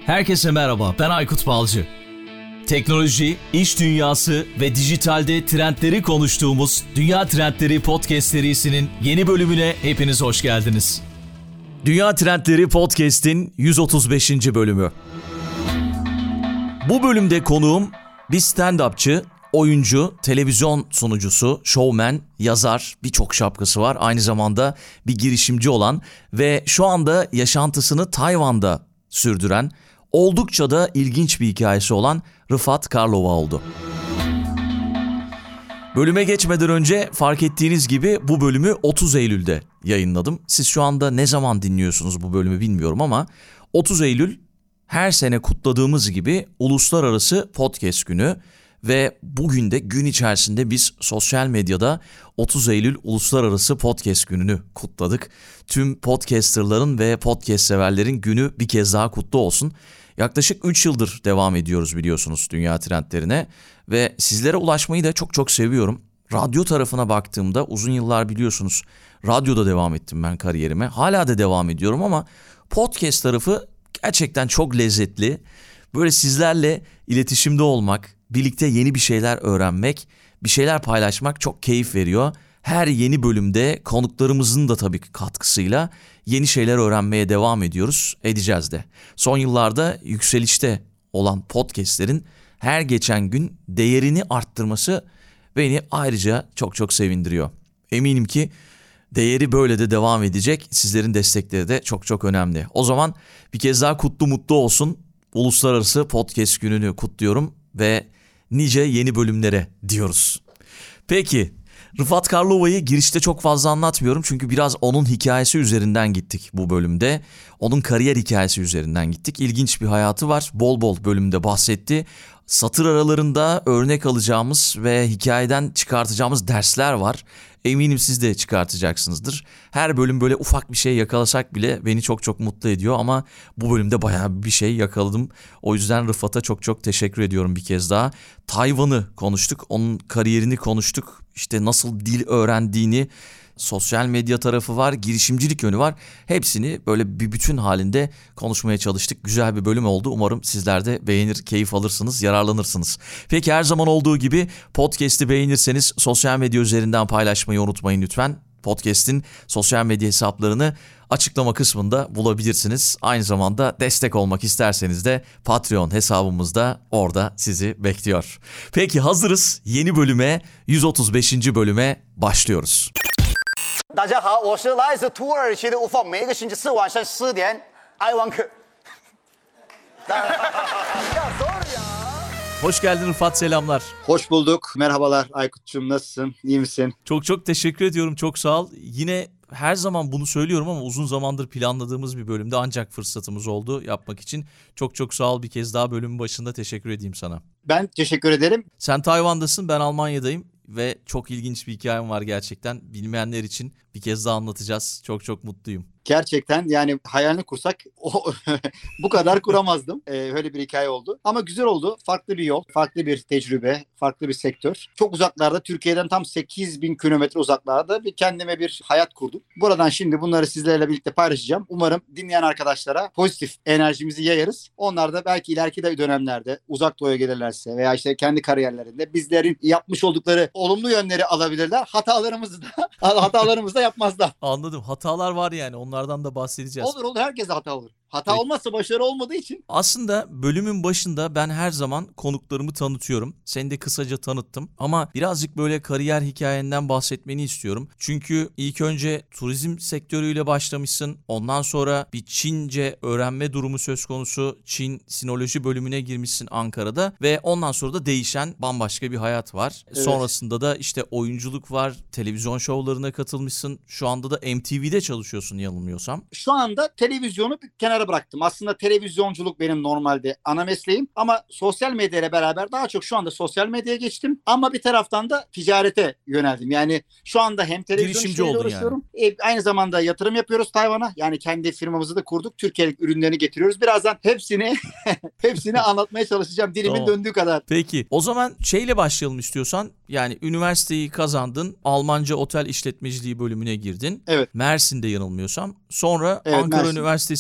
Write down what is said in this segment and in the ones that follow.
Herkese merhaba, ben Aykut Balcı. Teknoloji, iş dünyası ve dijitalde trendleri konuştuğumuz Dünya Trendleri Podcast serisinin yeni bölümüne hepiniz hoş geldiniz. Dünya Trendleri Podcast'in 135. bölümü. Bu bölümde konuğum bir stand-upçı, oyuncu, televizyon sunucusu, showman, yazar, birçok şapkası var. Aynı zamanda bir girişimci olan ve şu anda yaşantısını Tayvan'da sürdüren, oldukça da ilginç bir hikayesi olan Rıfat Karlova oldu. Bölüme geçmeden önce fark ettiğiniz gibi bu bölümü 30 Eylül'de yayınladım. Siz şu anda ne zaman dinliyorsunuz bu bölümü bilmiyorum ama 30 Eylül her sene kutladığımız gibi Uluslararası Podcast Günü ve bugün de gün içerisinde biz sosyal medyada 30 Eylül Uluslararası Podcast Günü'nü kutladık. Tüm podcasterların ve podcast severlerin günü bir kez daha kutlu olsun. Yaklaşık 3 yıldır devam ediyoruz biliyorsunuz dünya trendlerine ve sizlere ulaşmayı da çok seviyorum. Radyo tarafına baktığımda uzun yıllar biliyorsunuz radyoda devam ettim ben kariyerime. Hala da devam ediyorum ama podcast tarafı gerçekten çok lezzetli. Böyle sizlerle iletişimde olmak, birlikte yeni bir şeyler öğrenmek, bir şeyler paylaşmak çok keyif veriyor. Her yeni bölümde konuklarımızın da tabii katkısıyla yeni şeyler öğrenmeye devam ediyoruz, edeceğiz de. Son yıllarda yükselişte olan podcastlerin her geçen gün değerini arttırması beni ayrıca çok sevindiriyor. Eminim ki değeri böyle de devam edecek. Sizlerin destekleri de çok önemli. O zaman bir kez daha kutlu mutlu olsun. Uluslararası Podcast Günü'nü kutluyorum ve nice yeni bölümlere diyoruz. Peki, Rıfat Karlova'yı girişte çok fazla anlatmıyorum çünkü biraz onun hikayesi üzerinden gittik bu bölümde. Onun kariyer hikayesi üzerinden gittik. İlginç bir hayatı var. Bol bölümde bahsetti. Satır aralarında örnek alacağımız ve hikayeden çıkartacağımız dersler var. Eminim siz de çıkartacaksınızdır. Her bölüm böyle ufak bir şey yakalasak bile beni çok mutlu ediyor ama bu bölümde bayağı bir şey yakaladım. O yüzden Rıfat'a çok teşekkür ediyorum bir kez daha. Tayvan'ı konuştuk, onun kariyerini konuştuk. İşte nasıl dil öğrendiğini, sosyal medya tarafı var, girişimcilik yönü var. Hepsini böyle bir bütün halinde konuşmaya çalıştık. Güzel bir bölüm oldu. Umarım sizler de beğenir, keyif alırsınız, yararlanırsınız. Peki her zaman olduğu gibi podcast'i beğenirseniz sosyal medya üzerinden paylaşmayı unutmayın lütfen. Podcast'in sosyal medya hesaplarını açıklama kısmında bulabilirsiniz. Aynı zamanda destek olmak isterseniz de Patreon hesabımız da orada sizi bekliyor. Peki hazırız. Yeni bölüme, 135. bölüme başlıyoruz. 大家好，我是来自土耳其的吴凤，每个星期四晚上10点爱玩客。 Hoş geldin Rıfat, selamlar. Hoş bulduk. Merhabalar Aykut'cum, nasılsın? İyi misin? Çok teşekkür ediyorum, çok sağ ol. Yine her zaman bunu söylüyorum ama uzun zamandır planladığımız bir bölümde ancak fırsatımız oldu yapmak için. Çok sağ ol, bir kez daha bölümün başında teşekkür edeyim sana. Ben teşekkür ederim. Sen Tayvan'dasın, ben Almanya'dayım. Ve çok ilginç bir hikayem var gerçekten. Bilmeyenler için bir kez daha anlatacağız. Çok mutluyum. Gerçekten yani hayalini kursak bu kadar kuramazdım. Öyle bir hikaye oldu. Ama güzel oldu. Farklı bir yol, farklı bir tecrübe, farklı bir sektör. Çok uzaklarda, Türkiye'den tam 8.000 kilometre uzaklarda kendime bir hayat kurdum. Buradan şimdi bunları sizlerle birlikte paylaşacağım. Umarım dinleyen arkadaşlara pozitif enerjimizi yayarız. Onlar da belki ileriki dönemlerde uzak doğuya gelirlerse veya işte kendi kariyerlerinde bizlerin yapmış oldukları olumlu yönleri alabilirler. Hatalarımızı da yapmazlar. Anladım. Hatalar var yani. Onlardan da bahsedeceğiz. Olur. Herkes hata olur. Hata olmazsa başarı olmadığı için. Aslında bölümün başında ben her zaman konuklarımı tanıtıyorum. Seni de kısaca tanıttım. Ama birazcık böyle kariyer hikayenden bahsetmeni istiyorum. Çünkü ilk önce turizm sektörüyle başlamışsın. Ondan sonra bir Çince öğrenme durumu söz konusu. Çin sinoloji bölümüne girmişsin Ankara'da. Ve ondan sonra da değişen bambaşka bir hayat var. Evet. Sonrasında da işte oyunculuk var. Televizyon şovlarına katılmışsın. Şu anda da MTV'de çalışıyorsun yanılmıyorsam. Şu anda televizyonu bir kenara bıraktım. Aslında televizyonculuk benim normalde ana mesleğim ama sosyal medya ile beraber daha çok şu anda sosyal medyaya geçtim ama bir taraftan da ticarete yöneldim. Yani şu anda hem televizyon işleriyle uğraşıyorum. Yani. Aynı zamanda yatırım yapıyoruz Tayvan'a. Yani kendi firmamızı da kurduk. Türkiye'lik ürünlerini getiriyoruz. Birazdan hepsini anlatmaya çalışacağım. Dilimin döndüğü kadar. Peki. O zaman şeyle başlayalım istiyorsan. Yani üniversiteyi kazandın. Almanca otel işletmeciliği bölümüne girdin. Evet. Mersin'de yanılmıyorsam. Sonra evet, Ankara Mersin. Üniversitesi'nde Çin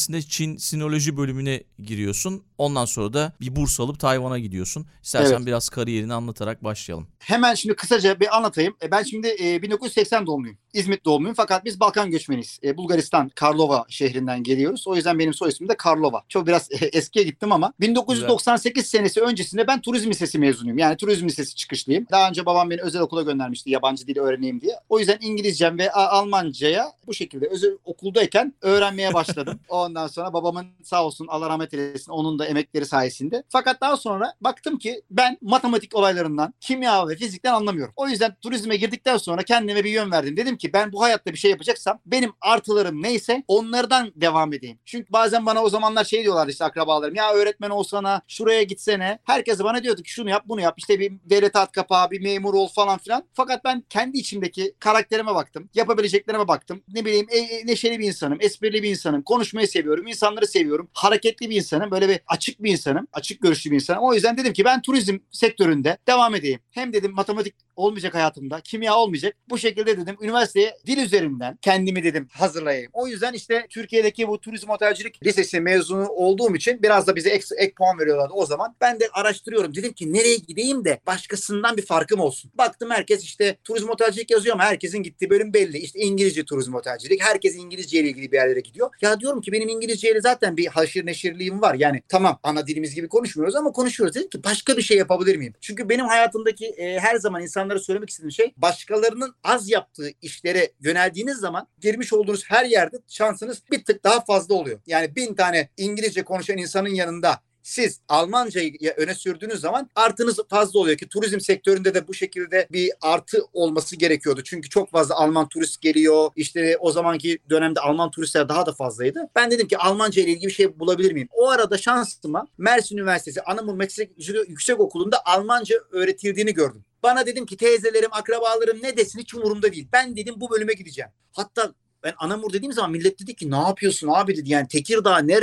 Marine Sinoloji bölümüne giriyorsun. Ondan sonra da bir burs alıp Tayvan'a gidiyorsun. İstersen Evet. biraz kariyerini anlatarak başlayalım. Hemen şimdi kısaca bir anlatayım. Ben şimdi 1980 doğumluyum. İzmit doğumluyum fakat biz Balkan göçmeniyiz. Bulgaristan Karlova şehrinden geliyoruz. O yüzden benim soy ismim de Karlova. Çok biraz eskiye gittim ama Güzel. 1998 senesi öncesinde ben turizm lisesi mezunuyum. Yani turizm lisesi çıkışlıyım. Daha önce babam beni özel okula göndermişti yabancı dil öğreneyim diye. O yüzden İngilizcem ve Almanca'ya bu şekilde özel okuldayken öğrenmeye başladım. Ondan sonra babamın sağ olsun Allah rahmet eylesin onun da emekleri sayesinde. Fakat daha sonra baktım ki ben matematik olaylarından, kimya ve fizikten anlamıyorum. O yüzden turizme girdikten sonra kendime bir yön verdim. Dedim ki ben bu hayatta bir şey yapacaksam benim artılarım neyse onlardan devam edeyim. Çünkü bazen bana o zamanlar şey diyorlardı işte akrabalarım. Ya öğretmen olsana, şuraya gitsene. Herkes bana diyordu ki şunu yap, bunu yap. İşte bir devlete at kapağı, bir memur ol falan filan. Fakat ben kendi içimdeki karakterime baktım. Yapabileceklerime baktım. Ne bileyim neşeli bir insanım, esprili bir insanım. Konuşmayı seviyorum, insanları seviyorum. Hareketli bir insanım. Böyle bir açık bir insanım. Açık görüşlü bir insanım. O yüzden dedim ki ben turizm sektöründe devam edeyim. Hem dedim matematik olmayacak hayatımda, kimya olmayacak. Bu şekilde dedim üniversiteye dil üzerinden kendimi dedim hazırlayayım. O yüzden işte Türkiye'deki bu turizm otelcilik lisesi mezunu olduğum için biraz da bize ek puan veriyorlardı o zaman. Ben de araştırıyorum. Dedim ki nereye gideyim de başkasından bir farkım olsun. Baktım herkes işte turizm otelcilik yazıyor ama herkesin gittiği bölüm belli. İşte İngilizce turizm otelcilik. Herkes İngilizce ile ilgili bir yerlere gidiyor. Ya diyorum ki benim İngilizce ile zaten bir haşır neşirliğim var. Yani tamam ana dilimiz gibi konuşmuyoruz ama konuşuyoruz. Dedim ki başka bir şey yapabilir miyim? Çünkü benim hayatımdaki her zaman insanlara söylemek istediğim şey başkalarının az yaptığı işlere yöneldiğiniz zaman girmiş olduğunuz her yerde şansınız bir tık daha fazla oluyor. Yani 1000 tane İngilizce konuşan insanın yanında siz Almancayı öne sürdüğünüz zaman artınız fazla oluyor ki turizm sektöründe de bu şekilde bir artı olması gerekiyordu. Çünkü çok fazla Alman turist geliyor. İşte o zamanki dönemde Alman turistler daha da fazlaydı. Ben dedim ki Almanca ile ilgili bir şey bulabilir miyim? O arada şansıma Mersin Üniversitesi Anamur Meslek Yüksekokulu'nda Almanca öğretildiğini gördüm. Bana dedim ki teyzelerim, akrabalarım ne desin hiç umurumda değil. Ben dedim bu bölüme gideceğim. Hatta ben Anamur dediğim zaman millet dedi ki ne yapıyorsun abi dedi. Yani Tekirdağ nere,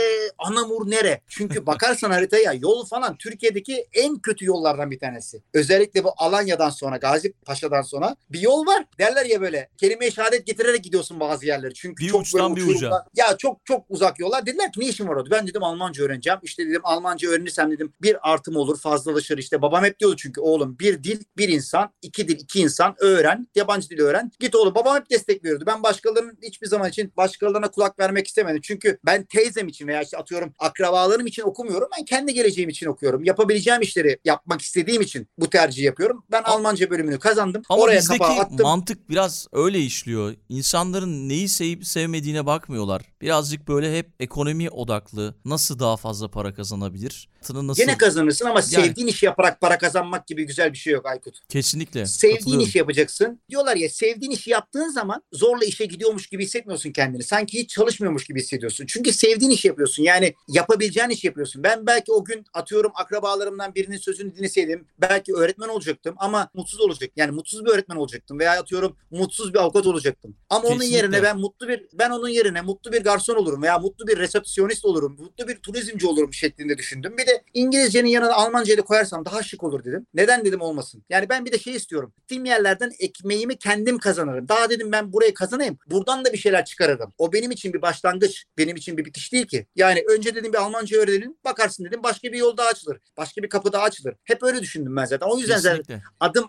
Anamur nere? Çünkü bakarsan haritaya yol falan Türkiye'deki en kötü yollardan bir tanesi. Özellikle bu Alanya'dan sonra, Gazi Paşa'dan sonra bir yol var. Derler ya böyle kelime-i şehadet getirerek gidiyorsun bazı yerlere. Çünkü Bir çok uçtan böyle bir uca. ya çok uzak yollar. Dediler ki ne işim var orada? Ben dedim Almanca öğreneceğim. İşte dedim Almanca öğrenirsem dedim bir artım olur, fazlalaşır. İşte babam hep diyordu çünkü oğlum bir dil, bir insan, iki dil, iki insan öğren, yabancı dil öğren. Git oğlum. Babam hep destek veriyordu. Ben başkalarının hiçbir zaman için başkalarına kulak vermek istemedim. Çünkü ben teyzem için veya işte atıyorum akrabalarım için okumuyorum. Ben kendi geleceğim için okuyorum. Yapabileceğim işleri yapmak istediğim için bu tercihi yapıyorum. Ben Almanca bölümünü kazandım. Ama oraya bizdeki kapağı attım. mantık biraz öyle işliyor. İnsanların neyi sevip sevmediğine bakmıyorlar. Birazcık böyle hep ekonomi odaklı. Nasıl daha fazla para kazanabilir? Nasıl? Gene kazanırsın ama sevdiğin işi yaparak para kazanmak gibi güzel bir şey yok Aykut. Kesinlikle. Sevdiğin işi yapacaksın. Diyorlar ya sevdiğin işi yaptığın zaman zorla işe gidiyormuş gibi hissetmiyorsun kendini. Sanki hiç çalışmıyormuş gibi hissediyorsun. Çünkü sevdiğin işi yapıyorsun. Yani yapabileceğin işi yapıyorsun. Ben belki o gün atıyorum akrabalarımdan birinin sözünü dinleseydim belki öğretmen olacaktım ama mutsuz olacak. Yani mutsuz bir öğretmen olacaktım veya atıyorum mutsuz bir avukat olacaktım. Ama Kesinlikle. onun yerine ben onun yerine mutlu bir garson olurum veya mutlu bir resepsiyonist olurum. Mutlu bir turizmci olurum şeklinde düşündüm. Bir de İngilizcenin yanına Almancayı da koyarsam daha şık olur dedim. Neden dedim olmasın. Yani ben bir de şey istiyorum. Gittiğim yerlerden ekmeğimi kendim kazanırım. Daha dedim ben burayı kazanayım. Buradan da bir şeyler çıkarırım. O benim için bir başlangıç. Benim için bir bitiş değil ki. Yani önce dedim bir Almanca öğrenelim. Bakarsın dedim başka bir yol daha açılır. Başka bir kapı daha açılır. Hep öyle düşündüm ben zaten. O yüzden zaten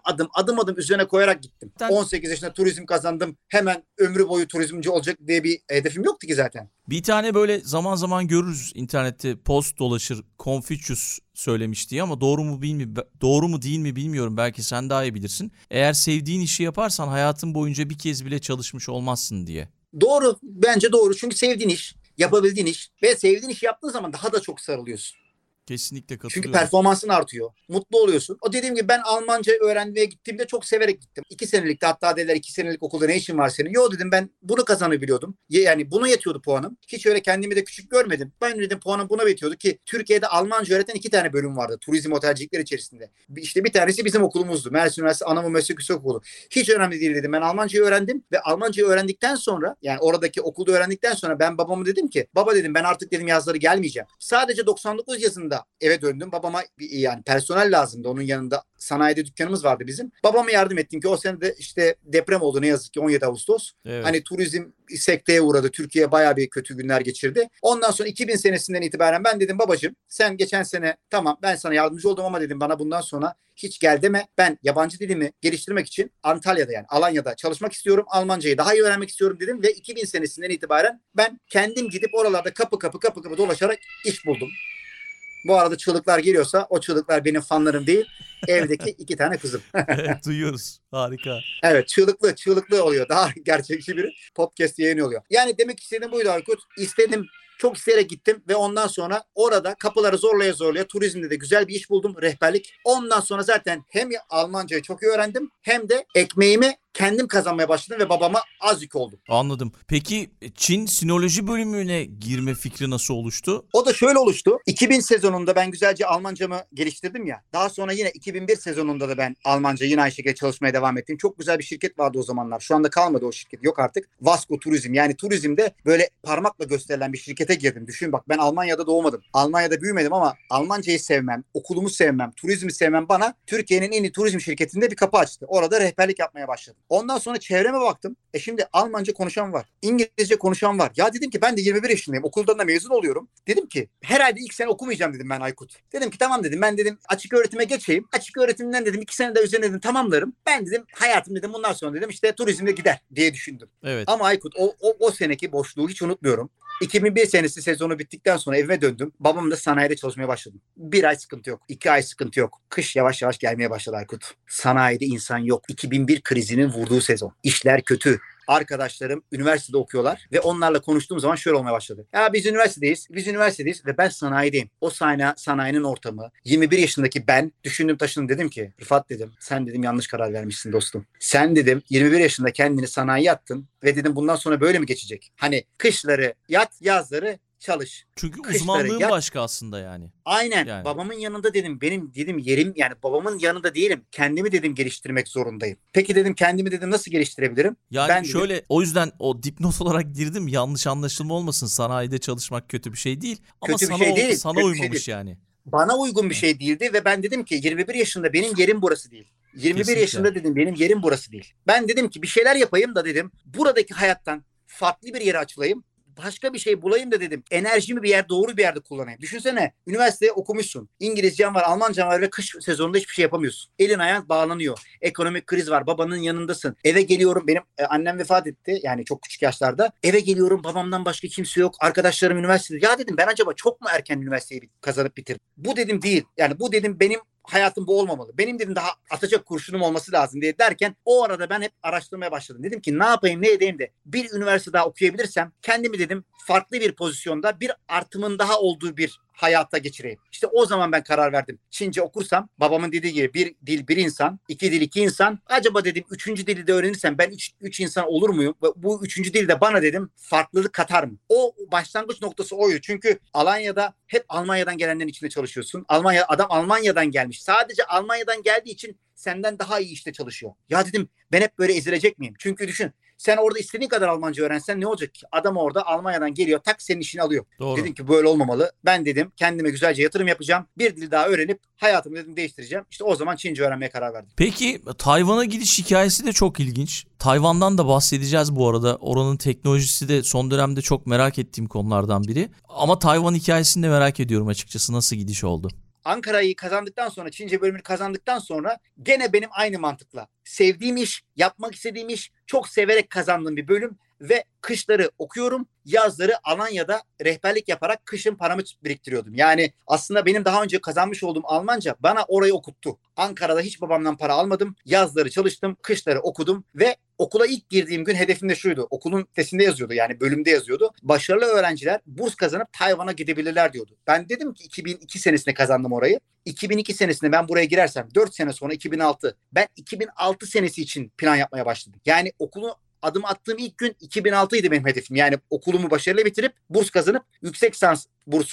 adım üzerine koyarak gittim. 18 yaşında turizm kazandım. Hemen ömrü boyu turizmci olacak diye bir hedefim yoktu ki zaten. Bir tane böyle zaman zaman görürüz internette post dolaşır. Confucius söylemiş diye ama doğru mu değil mi bilmiyorum. Belki sen daha iyi bilirsin. Eğer sevdiğin işi yaparsan hayatın boyunca bir kez bile çalışmış olmazsın diye. Doğru. Bence doğru. Çünkü sevdiğin iş, yapabildiğin iş ve sevdiğin işi yaptığın zaman daha da çok sarılıyorsun. Kesinlikle katılıyorum. Çünkü performansın artıyor. Mutlu oluyorsun. O dediğim gibi ben Almanca öğrenmeye gittiğimde çok severek gittim. 2 senelikte hatta dediler 2 senelik okulda ne işin var senin? Yo dedim ben bunu kazanabiliyordum. Yani buna yetiyordu puanım. Hiç öyle kendimi de küçük görmedim. Ben dedim puanım buna yetiyordu ki Türkiye'de Almanca öğreten 2 tane bölüm vardı. Turizm otelcilikler içerisinde. İşte bir tanesi bizim okulumuzdu. Mersin Üniversitesi Anamur Meslek Yüksekokulu. Hiç önemli değil dedim. Ben Almancayı öğrendim ve Almancayı öğrendikten sonra yani oradaki okulda öğrendikten sonra ben babama dedim ki baba dedim ben artık dedim yazları gelmeyeceğim. Sadece 99 yazında da eve döndüm. Babama yani personel lazımdı. Onun yanında sanayide dükkanımız vardı bizim. Babama yardım ettim ki o sene de işte deprem oldu ne yazık ki 17 Ağustos. Evet. Hani turizm sekteye uğradı. Türkiye bayağı bir kötü günler geçirdi. Ondan sonra 2000 senesinden itibaren ben dedim babacığım sen geçen sene tamam ben sana yardımcı oldum ama dedim bana bundan sonra hiç gel deme. Ben yabancı dilimi geliştirmek için Antalya'da yani Alanya'da çalışmak istiyorum. Almancayı daha iyi öğrenmek istiyorum dedim ve 2000 senesinden itibaren ben kendim gidip oralarda kapı kapı dolaşarak iş buldum. Bu arada çığlıklar geliyorsa o çığlıklar benim fanlarım değil. Evdeki 2 tane kızım. Evet, duyuyoruz. Harika. Evet çığlıklı oluyor. Daha gerçekçi bir podcast yayını oluyor. Yani demek istediğim buydu Aykut. İstedim. Çok isteyerek gittim ve ondan sonra orada kapıları zorlaya turizmde de güzel bir iş buldum. Rehberlik. Ondan sonra zaten hem Almancayı çok iyi öğrendim hem de ekmeğimi kendim kazanmaya başladım ve babama az yük oldum. Anladım. Peki Çin sinoloji bölümüne girme fikri nasıl oluştu? O da şöyle oluştu. 2000 sezonunda ben güzelce Almancamı geliştirdim ya. Daha sonra yine 2001 sezonunda da ben Almanca yine aynı şekilde çalışmaya devam ettim. Çok güzel bir şirket vardı o zamanlar. Şu anda kalmadı o şirket. Yok artık. Vasco Turizm. Yani turizmde böyle parmakla gösterilen bir şirkete girdim. Düşün bak ben Almanya'da doğmadım. Almanya'da büyümedim ama Almancayı sevmem, okulumu sevmem, turizmi sevmem bana Türkiye'nin en iyi turizm şirketinde bir kapı açtı. Orada rehberlik yapmaya başladım. Ondan sonra çevreme baktım. Şimdi Almanca konuşan var. İngilizce konuşan var. Ya dedim ki ben de 21 yaşındayım. Okuldan da mezun oluyorum. Dedim ki herhalde ilk sene okumayacağım dedim ben Aykut. Dedim ki tamam dedim ben dedim açık öğretime geçeyim. Açık öğretimden dedim 2 sene de üzerine dedim tamamlarım. Ben dedim hayatım dedim bundan sonra dedim işte turizmde gider diye düşündüm. Evet. Ama Aykut o seneki boşluğu hiç unutmuyorum. 2001 senesi sezonu bittikten sonra evime döndüm. Babam da sanayide çalışmaya başladım. 1 ay sıkıntı yok. 2 ay sıkıntı yok. Kış yavaş yavaş gelmeye başladı Aykut. Sanayide insan yok. 2001 krizinin vurduğu sezon. İşler kötü. Arkadaşlarım üniversitede okuyorlar ve onlarla konuştuğum zaman şöyle olmaya başladı. Ya biz üniversitedeyiz ve ben sanayideyim. O sanayinin ortamı, 21 yaşındaki ben düşündüm taşındım dedim ki Rıfat dedim sen dedim yanlış karar vermişsin dostum. Sen dedim 21 yaşında kendini sanayiye attın ve dedim bundan sonra böyle mi geçecek? Hani kışları yat, yazları çalış. Çünkü Kışları uzmanlığın yat. başka aslında yani. Aynen. Yani. Babamın yanında dedim benim dedim yerim yani babamın yanında değilim. Kendimi dedim geliştirmek zorundayım. Peki dedim kendimi dedim nasıl geliştirebilirim? Yani Ben şöyle dedim, o yüzden o dipnot olarak girdim yanlış anlaşılma olmasın sanayide çalışmak kötü bir şey değil ama kötü bir sana şey değil. sana Kötü bir şey uymamış değil. yani. Bana uygun bir Evet. şey değildi ve ben dedim ki 21 yaşında benim yerim burası değil. 21 Kesinlikle. yaşında dedim benim yerim burası değil. Ben dedim ki bir şeyler yapayım da dedim buradaki hayattan farklı bir yere açılayım. Başka bir şey bulayım da dedim. Enerjimi doğru bir yerde kullanayım. Düşünsene üniversiteye okumuşsun. İngilizcen var, Almancan var ve kış sezonunda hiçbir şey yapamıyorsun. Elin ayağın bağlanıyor. Ekonomik kriz var. Babanın yanındasın. Eve geliyorum. Benim annem vefat etti. Yani çok küçük yaşlarda. Eve geliyorum. Babamdan başka kimse yok. Arkadaşlarım üniversitede. Ya dedim ben acaba çok mu erken üniversiteyi kazanıp bitirdim? Bu dedim değil. Yani bu dedim benim hayatım bu olmamalı. Benim dedim daha atacak kurşunum olması lazım diye derken o arada ben hep araştırmaya başladım. Dedim ki ne yapayım ne edeyim de bir üniversite daha okuyabilirsem kendimi dedim farklı bir pozisyonda bir artımın daha olduğu bir hayata geçireyim. İşte o zaman ben karar verdim. Çince okursam babamın dediği gibi bir dil bir insan, 2 dil 2 insan. Acaba dedim 3. dili de öğrenirsem ben 3 insan olur muyum? Ve bu 3. dil de bana dedim farklılık katar mı? O başlangıç noktası oydu. Çünkü Alanya'da hep Almanya'dan gelenlerin içinde çalışıyorsun. Adam Almanya'dan gelmiş. Sadece Almanya'dan geldiği için senden daha iyi işte çalışıyor. Ya dedim ben hep böyle ezilecek miyim? Çünkü düşün sen orada istediğin kadar Almanca öğrensen ne olacak ki? Adam orada Almanya'dan geliyor tak senin işini alıyor. Doğru. Dedim ki böyle olmamalı. Ben dedim kendime güzelce yatırım yapacağım. Bir dil daha öğrenip hayatımı dedim değiştireceğim. İşte o zaman Çince öğrenmeye karar verdim. Peki Tayvan'a gidiş hikayesi de çok ilginç. Tayvan'dan da bahsedeceğiz bu arada. Oranın teknolojisi de son dönemde çok merak ettiğim konulardan biri. Ama Tayvan hikayesini de merak ediyorum açıkçası nasıl gidiş oldu. Ankara'yı kazandıktan sonra, Çince bölümünü kazandıktan sonra gene benim aynı mantıkla sevdiğim iş, yapmak istediğim iş, çok severek kazandığım bir bölüm ve kışları okuyorum, yazları Alanya'da rehberlik yaparak kışın paramı biriktiriyordum. Yani aslında benim daha önce kazanmış olduğum Almanca bana orayı okuttu. Ankara'da hiç babamdan para almadım. Yazları çalıştım, kışları okudum ve okula ilk girdiğim gün hedefim de şuydu. Okulun sitesinde yazıyordu yani bölümde yazıyordu. Başarılı öğrenciler burs kazanıp Tayvan'a gidebilirler diyordu. Ben dedim ki 2002 senesinde kazandım orayı. 2002 senesinde ben buraya girersem 4 sene sonra 2006. Ben 2006 senesi için plan yapmaya başladım. Yani okulu adım attığım ilk gün 2006'ydı benim hedefim. Yani okulumu başarıyla bitirip burs kazanıp yüksek lisans bursuyla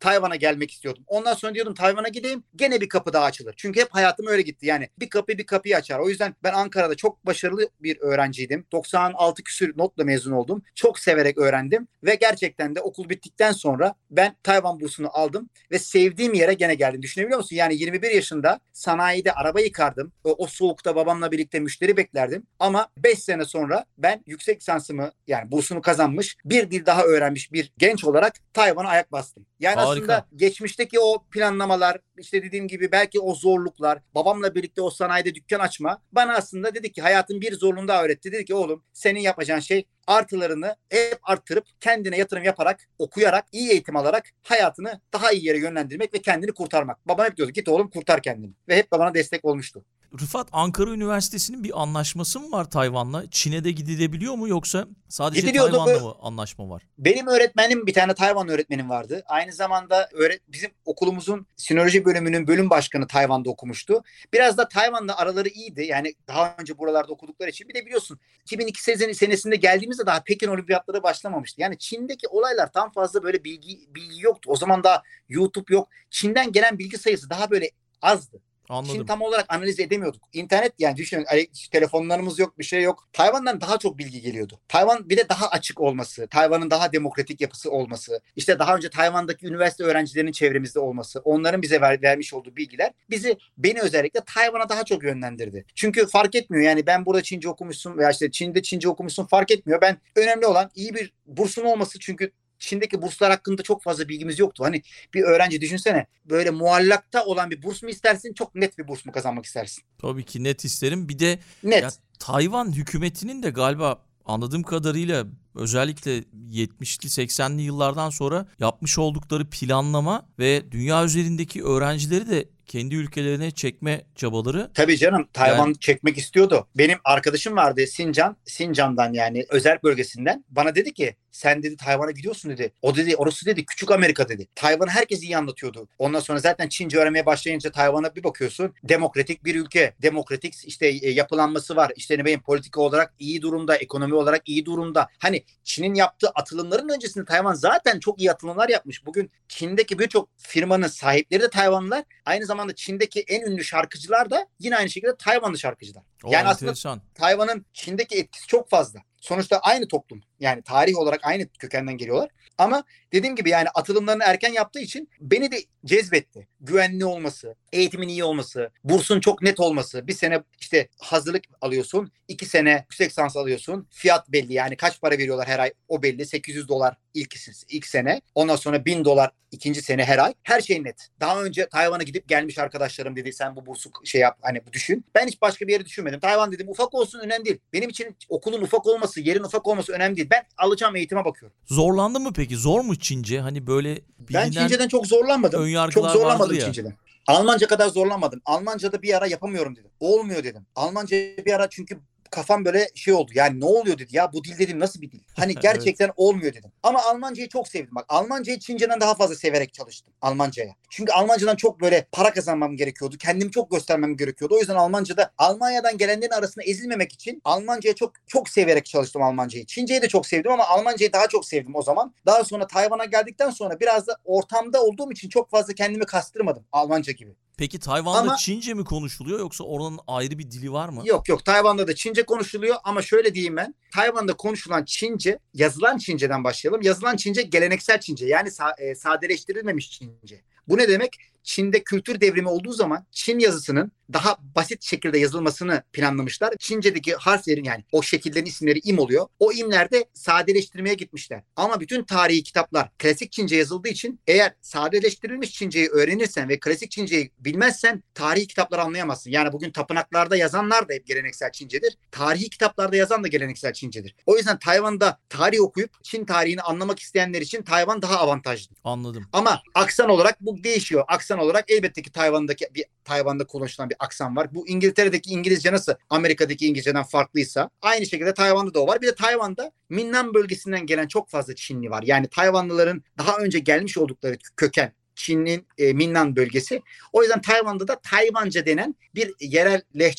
Tayvan'a gelmek istiyordum. Ondan sonra diyordum Tayvan'a gideyim gene bir kapı daha açılır. Çünkü hep hayatım öyle gitti. Yani bir kapı bir kapıyı açar. O yüzden ben Ankara'da çok başarılı bir öğrenciydim. 96 küsur notla mezun oldum. Çok severek öğrendim ve gerçekten de okul bittikten sonra ben Tayvan bursunu aldım ve sevdiğim yere gene geldim. Düşünebiliyor musun? Yani 21 yaşında sanayide araba yıkardım. O soğukta babamla birlikte müşteri beklerdim. Ama 5 sene sonra ben yüksek lisansımı yani bursunu kazanmış, bir dil daha öğrenmiş bir genç olarak Tayvan'a ayak bastım. Yani Harika. aslında geçmişteki o planlamalar, işte dediğim gibi belki o zorluklar, babamla birlikte o sanayide dükkan açma bana aslında dedi ki hayatın bir zorluğunu daha öğretti. Dedi ki oğlum senin yapacağın şey artılarını hep arttırıp kendine yatırım yaparak, okuyarak, iyi eğitim alarak hayatını daha iyi yere yönlendirmek ve kendini kurtarmak. Babam hep diyordu git oğlum kurtar kendini ve hep bana destek olmuştu. Rıfat, Ankara Üniversitesi'nin bir anlaşması mı var Tayvan'la? Çin'e de gidilebiliyor mu yoksa sadece Gidiliyordu. Tayvan'la mı anlaşma var? Benim öğretmenim bir tane Tayvan öğretmenim vardı. Aynı zamanda bizim okulumuzun sinoloji bölümünün bölüm başkanı Tayvan'da okumuştu. Biraz da Tayvan'la araları iyiydi. Yani daha önce buralarda okudukları için. Bir de biliyorsun 2002 senesinde geldiğimizde daha Pekin Olimpiyatları başlamamıştı. Yani Çin'deki olaylar tam fazla böyle bilgi yoktu. O zaman daha YouTube yok. Çin'den gelen bilgi sayısı daha böyle azdı. Anladım. Çin tam olarak analiz edemiyorduk. İnternet yani düşünün telefonlarımız yok bir şey yok. Tayvan'dan daha çok bilgi geliyordu. Tayvan bir de daha açık olması, Tayvan'ın daha demokratik yapısı olması, işte daha önce Tayvan'daki üniversite öğrencilerinin çevremizde olması, onların bize vermiş olduğu bilgiler beni özellikle Tayvan'a daha çok yönlendirdi. Çünkü fark etmiyor yani ben burada Çince okumuşsun veya işte Çin'de Çince okumuşsun fark etmiyor. Önemli olan iyi bir bursun olması çünkü Çin'deki burslar hakkında çok fazla bilgimiz yoktu. Hani bir öğrenci düşünsene böyle muallakta olan bir burs mu istersin çok net bir burs mu kazanmak istersin? Tabii ki net isterim. Bir de Net. ya, Tayvan hükümetinin de galiba anladığım kadarıyla özellikle 70'li 80'li yıllardan sonra yapmış oldukları planlama ve dünya üzerindeki öğrencileri de kendi ülkelerine çekme çabaları. Tabii canım Tayvan çekmek istiyordu. Benim arkadaşım vardı Sincan'dan yani özel bölgesinden. Bana dedi ki sen dedi Tayvan'a gidiyorsun dedi. O dedi orası dedi küçük Amerika dedi. Tayvan'ı herkes iyi anlatıyordu. Ondan sonra zaten Çince öğrenmeye başlayınca Tayvan'a bir bakıyorsun. Demokratik bir ülke. Demokratik işte yapılanması var. İşte ne bileyim politika olarak iyi durumda. Ekonomi olarak iyi durumda. Hani Çin'in yaptığı atılımların öncesinde Tayvan zaten çok iyi atılımlar yapmış. Bugün Çin'deki birçok firmanın sahipleri de Tayvanlılar. Aynı zamanda Çin'deki en ünlü şarkıcılar da yine aynı şekilde Tayvanlı şarkıcılar. Yani aslında Tayvan'ın Çin'deki etkisi çok fazla. Sonuçta aynı toplum. Yani tarih olarak aynı kökenden geliyorlar. Ama dediğim gibi yani atılımlarını erken yaptığı için beni de cezbetti. Güvenli olması, eğitimin iyi olması, bursun çok net olması. Bir sene işte hazırlık alıyorsun, 2 sene yüksek lisans alıyorsun. Fiyat belli yani kaç para veriyorlar her ay o belli. $800 ilk sene. Ondan sonra $1000 ikinci sene her ay. Her şey net. Daha önce Tayvan'a gidip gelmiş arkadaşlarım dedi sen bu bursu şey yap hani düşün. Ben hiç başka bir yere düşünmedim. Tayvan dedim ufak olsun önemli değil. Benim için okulun ufak olması, yerin ufak olması önemli değil. Ben alacağım eğitime bakıyorum. Zorlandı mı peki? Zor mu Çince? Hani böyle ben Çince'den çok zorlanmadım. Çok zorlanmadım Çince'den. Almanca kadar zorlanmadım. Almanca'da bir ara yapamıyorum dedim. Olmuyor dedim. Almanca bir ara çünkü kafam böyle şey oldu. Yani ne oluyor dedi. Ya bu dil dedim nasıl bir dil? Hani gerçekten evet. Olmuyor dedim. Ama Almancayı çok sevdim. Bak Almancayı Çince'den daha fazla severek çalıştım. Almancaya. Çünkü Almancadan çok böyle para kazanmam gerekiyordu. Kendimi çok göstermem gerekiyordu. O yüzden Almanca'da Almanya'dan gelenlerin arasında ezilmemek için Almancayı çok severek çalıştım Almancayı. Çinceyi de çok sevdim ama Almancayı daha çok sevdim o zaman. Daha sonra Tayvan'a geldikten sonra biraz da ortamda olduğum için çok fazla kendimi kastırmadım Almanca gibi. Peki Tayvan'da Çince mi konuşuluyor yoksa oranın ayrı bir dili var mı? Yok Tayvan'da da Çince konuşuluyor ama şöyle diyeyim ben. Tayvan'da konuşulan Çince, yazılan Çince'den başlayalım. Yazılan Çince geleneksel Çince yani sadeleştirilmemiş Çince. Bu ne demek? Çin'de kültür devrimi olduğu zaman Çin yazısının daha basit şekilde yazılmasını planlamışlar. Çince'deki harflerin yani o şekillerin isimleri im oluyor. O imlerde sadeleştirmeye gitmişler. Ama bütün tarihi kitaplar klasik Çince yazıldığı için eğer sadeleştirilmiş Çince'yi öğrenirsen ve klasik Çince'yi bilmezsen tarihi kitapları anlayamazsın. Yani bugün tapınaklarda yazanlar da hep geleneksel Çincedir. Tarihi kitaplarda yazan da geleneksel Çincedir. O yüzden Tayvan'da tarih okuyup Çin tarihini anlamak isteyenler için Tayvan daha avantajlı. Anladım. Ama aksan olarak bu değişiyor. Aksan olarak elbette ki Tayvan'da konuşulan bir aksan var. Bu İngiltere'deki İngilizce nasıl Amerika'daki İngilizce'den farklıysa aynı şekilde Tayvan'da da o var. Bir de Tayvan'da Minnan bölgesinden gelen çok fazla Çinli var. Yani Tayvanlıların daha önce gelmiş oldukları köken Çin'in Minnan bölgesi. O yüzden Tayvan'da da Tayvanca denen bir yerel lehçe var.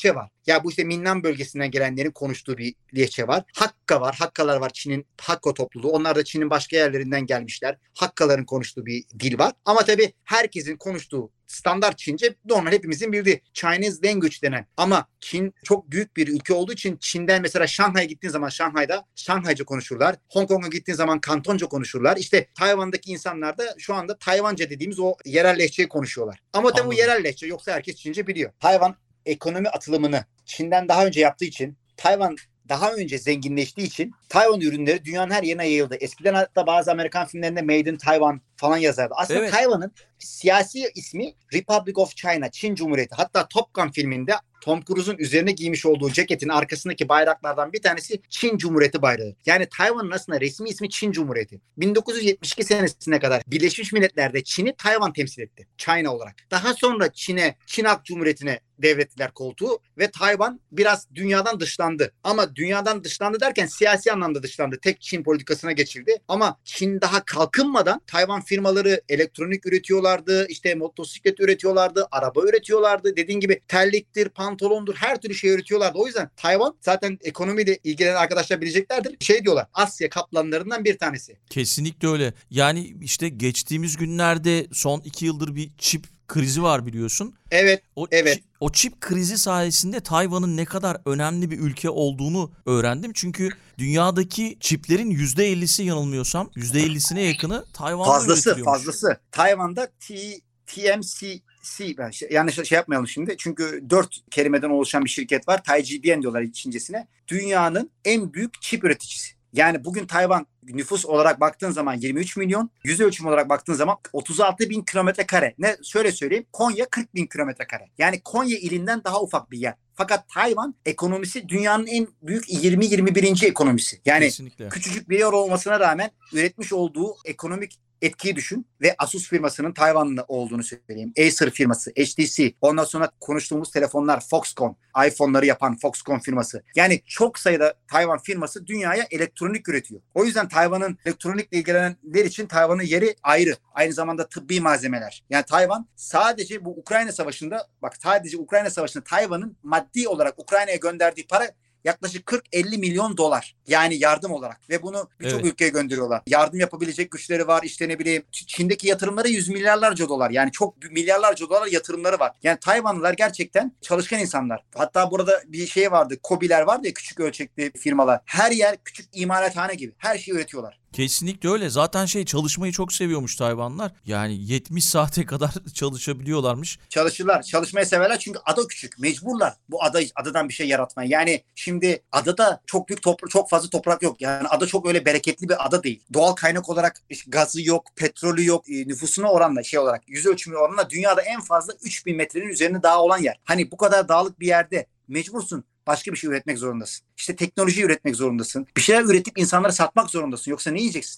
Ya bu işte Minnan bölgesinden gelenlerin konuştuğu bir lehçe var. Hakka var. Hakkalar var. Çin'in Hakka topluluğu. Onlar da Çin'in başka yerlerinden gelmişler. Hakkaların konuştuğu bir dil var. Ama tabii herkesin konuştuğu standart Çince normal hepimizin bildiği Chinese language denen. Ama Çin çok büyük bir ülke olduğu için Çin'den mesela Şanghay'a gittiğin zaman Şanghay'da Şanghayca konuşurlar. Hong Kong'a gittiğin zaman Kantonca konuşurlar. İşte Tayvan'daki insanlar da şu anda Tayvanca dediğimiz o yerel lehçeyi konuşuyorlar. Ama tabii bu yerel lehçe, yoksa herkes Çince biliyor. Tayvan ekonomi atılımını Çin'den daha önce yaptığı için, Tayvan daha önce zenginleştiği için Tayvan ürünleri dünyanın her yerine yayıldı. Eskiden hatta bazı Amerikan filmlerinde Made in Taiwan falan yazardı. Aslında evet, Tayvan'ın siyasi ismi Republic of China, Çin Cumhuriyeti. Hatta Top Gun filminde Tom Cruise'un üzerine giymiş olduğu ceketin arkasındaki bayraklardan bir tanesi Çin Cumhuriyeti bayrağı. Yani Tayvan'ın aslında resmi ismi Çin Cumhuriyeti. 1972 senesine kadar Birleşmiş Milletler'de Çin'i Tayvan temsil etti. China olarak. Daha sonra Çin Halk Cumhuriyeti'ne devrettiler koltuğu ve Tayvan biraz dünyadan dışlandı. Ama dünyadan dışlandı derken siyasi anlamda dışlandı. Tek Çin politikasına geçildi. Ama Çin daha kalkınmadan Tayvan firmaları elektronik üretiyorlardı, işte motosiklet üretiyorlardı, araba üretiyorlardı. Dediğin gibi terliktir, pantolondur, her türlü şey üretiyorlardı. O yüzden Tayvan, zaten ekonomiyle ilgilenen arkadaşlar bileceklerdir. Şey diyorlar, Asya kaplanlarından bir tanesi. Kesinlikle öyle. Yani işte geçtiğimiz günlerde son 2 yıldır bir çip krizi var biliyorsun. Evet. O çip krizi sayesinde Tayvan'ın ne kadar önemli bir ülke olduğunu öğrendim. Çünkü dünyadaki çiplerin %50'si, yanılmıyorsam %50'sine yakını Tayvan'da üretiliyormuş. Fazlası. Tayvan'da TMC, yanlış şey yapmayalım şimdi. Çünkü 4 kelimeden oluşan bir şirket var. Taijidien diyorlar Çincesine. Dünyanın en büyük çip üreticisi. Yani bugün Tayvan nüfus olarak baktığın zaman 23 milyon, yüz ölçümü olarak baktığın zaman 36 bin kilometre kare. Ne şöyle söyleyeyim, Konya 40 bin kilometre kare. Yani Konya ilinden daha ufak bir yer. Fakat Tayvan ekonomisi dünyanın en büyük 20-21. ekonomisi. Yani kesinlikle küçücük bir yer olmasına rağmen üretmiş olduğu ekonomik etkiyi düşün ve Asus firmasının Tayvanlı olduğunu söyleyeyim. Acer firması, HTC, ondan sonra konuştuğumuz telefonlar, Foxconn, iPhone'ları yapan Foxconn firması. Yani çok sayıda Tayvan firması dünyaya elektronik üretiyor. O yüzden Tayvan'ın elektronikle ilgilenenler için Tayvan'ın yeri ayrı. Aynı zamanda tıbbi malzemeler. Yani Tayvan sadece bu Ukrayna Savaşı'nda, Tayvan'ın maddi olarak Ukrayna'ya gönderdiği para yaklaşık 40-50 milyon dolar. Yani yardım olarak. Ve bunu birçok ülkeye gönderiyorlar. Yardım yapabilecek güçleri var. İşte ne bileyim, Çin'deki yatırımları 100 milyarlarca dolar. Yani çok milyarlarca dolar yatırımları var. Yani Tayvanlılar gerçekten çalışkan insanlar. Hatta burada bir şey vardı. KOBİ'ler vardı ya, küçük ölçekli firmalar. Her yer küçük imalathane gibi. Her şeyi üretiyorlar. Kesinlikle öyle. Zaten çalışmayı çok seviyormuş Tayvanlılar. Yani 70 saate kadar çalışabiliyorlarmış. Çalışırlar. Çalışmayı severler çünkü ada küçük. Mecburlar bu adadan bir şey yaratmaya. Yani şimdi adada çok fazla toprak yok. Yani ada çok öyle bereketli bir ada değil. Doğal kaynak olarak gazı yok, petrolü yok. Nüfusuna oranla yüz ölçümü oranla dünyada en fazla 3000 metrenin üzerinde dağ olan yer. Hani bu kadar dağlık bir yerde mecbursun. Başka bir şey üretmek zorundasın. İşte teknoloji üretmek zorundasın. Bir şeyler üretip insanlara satmak zorundasın. Yoksa ne yiyeceksin?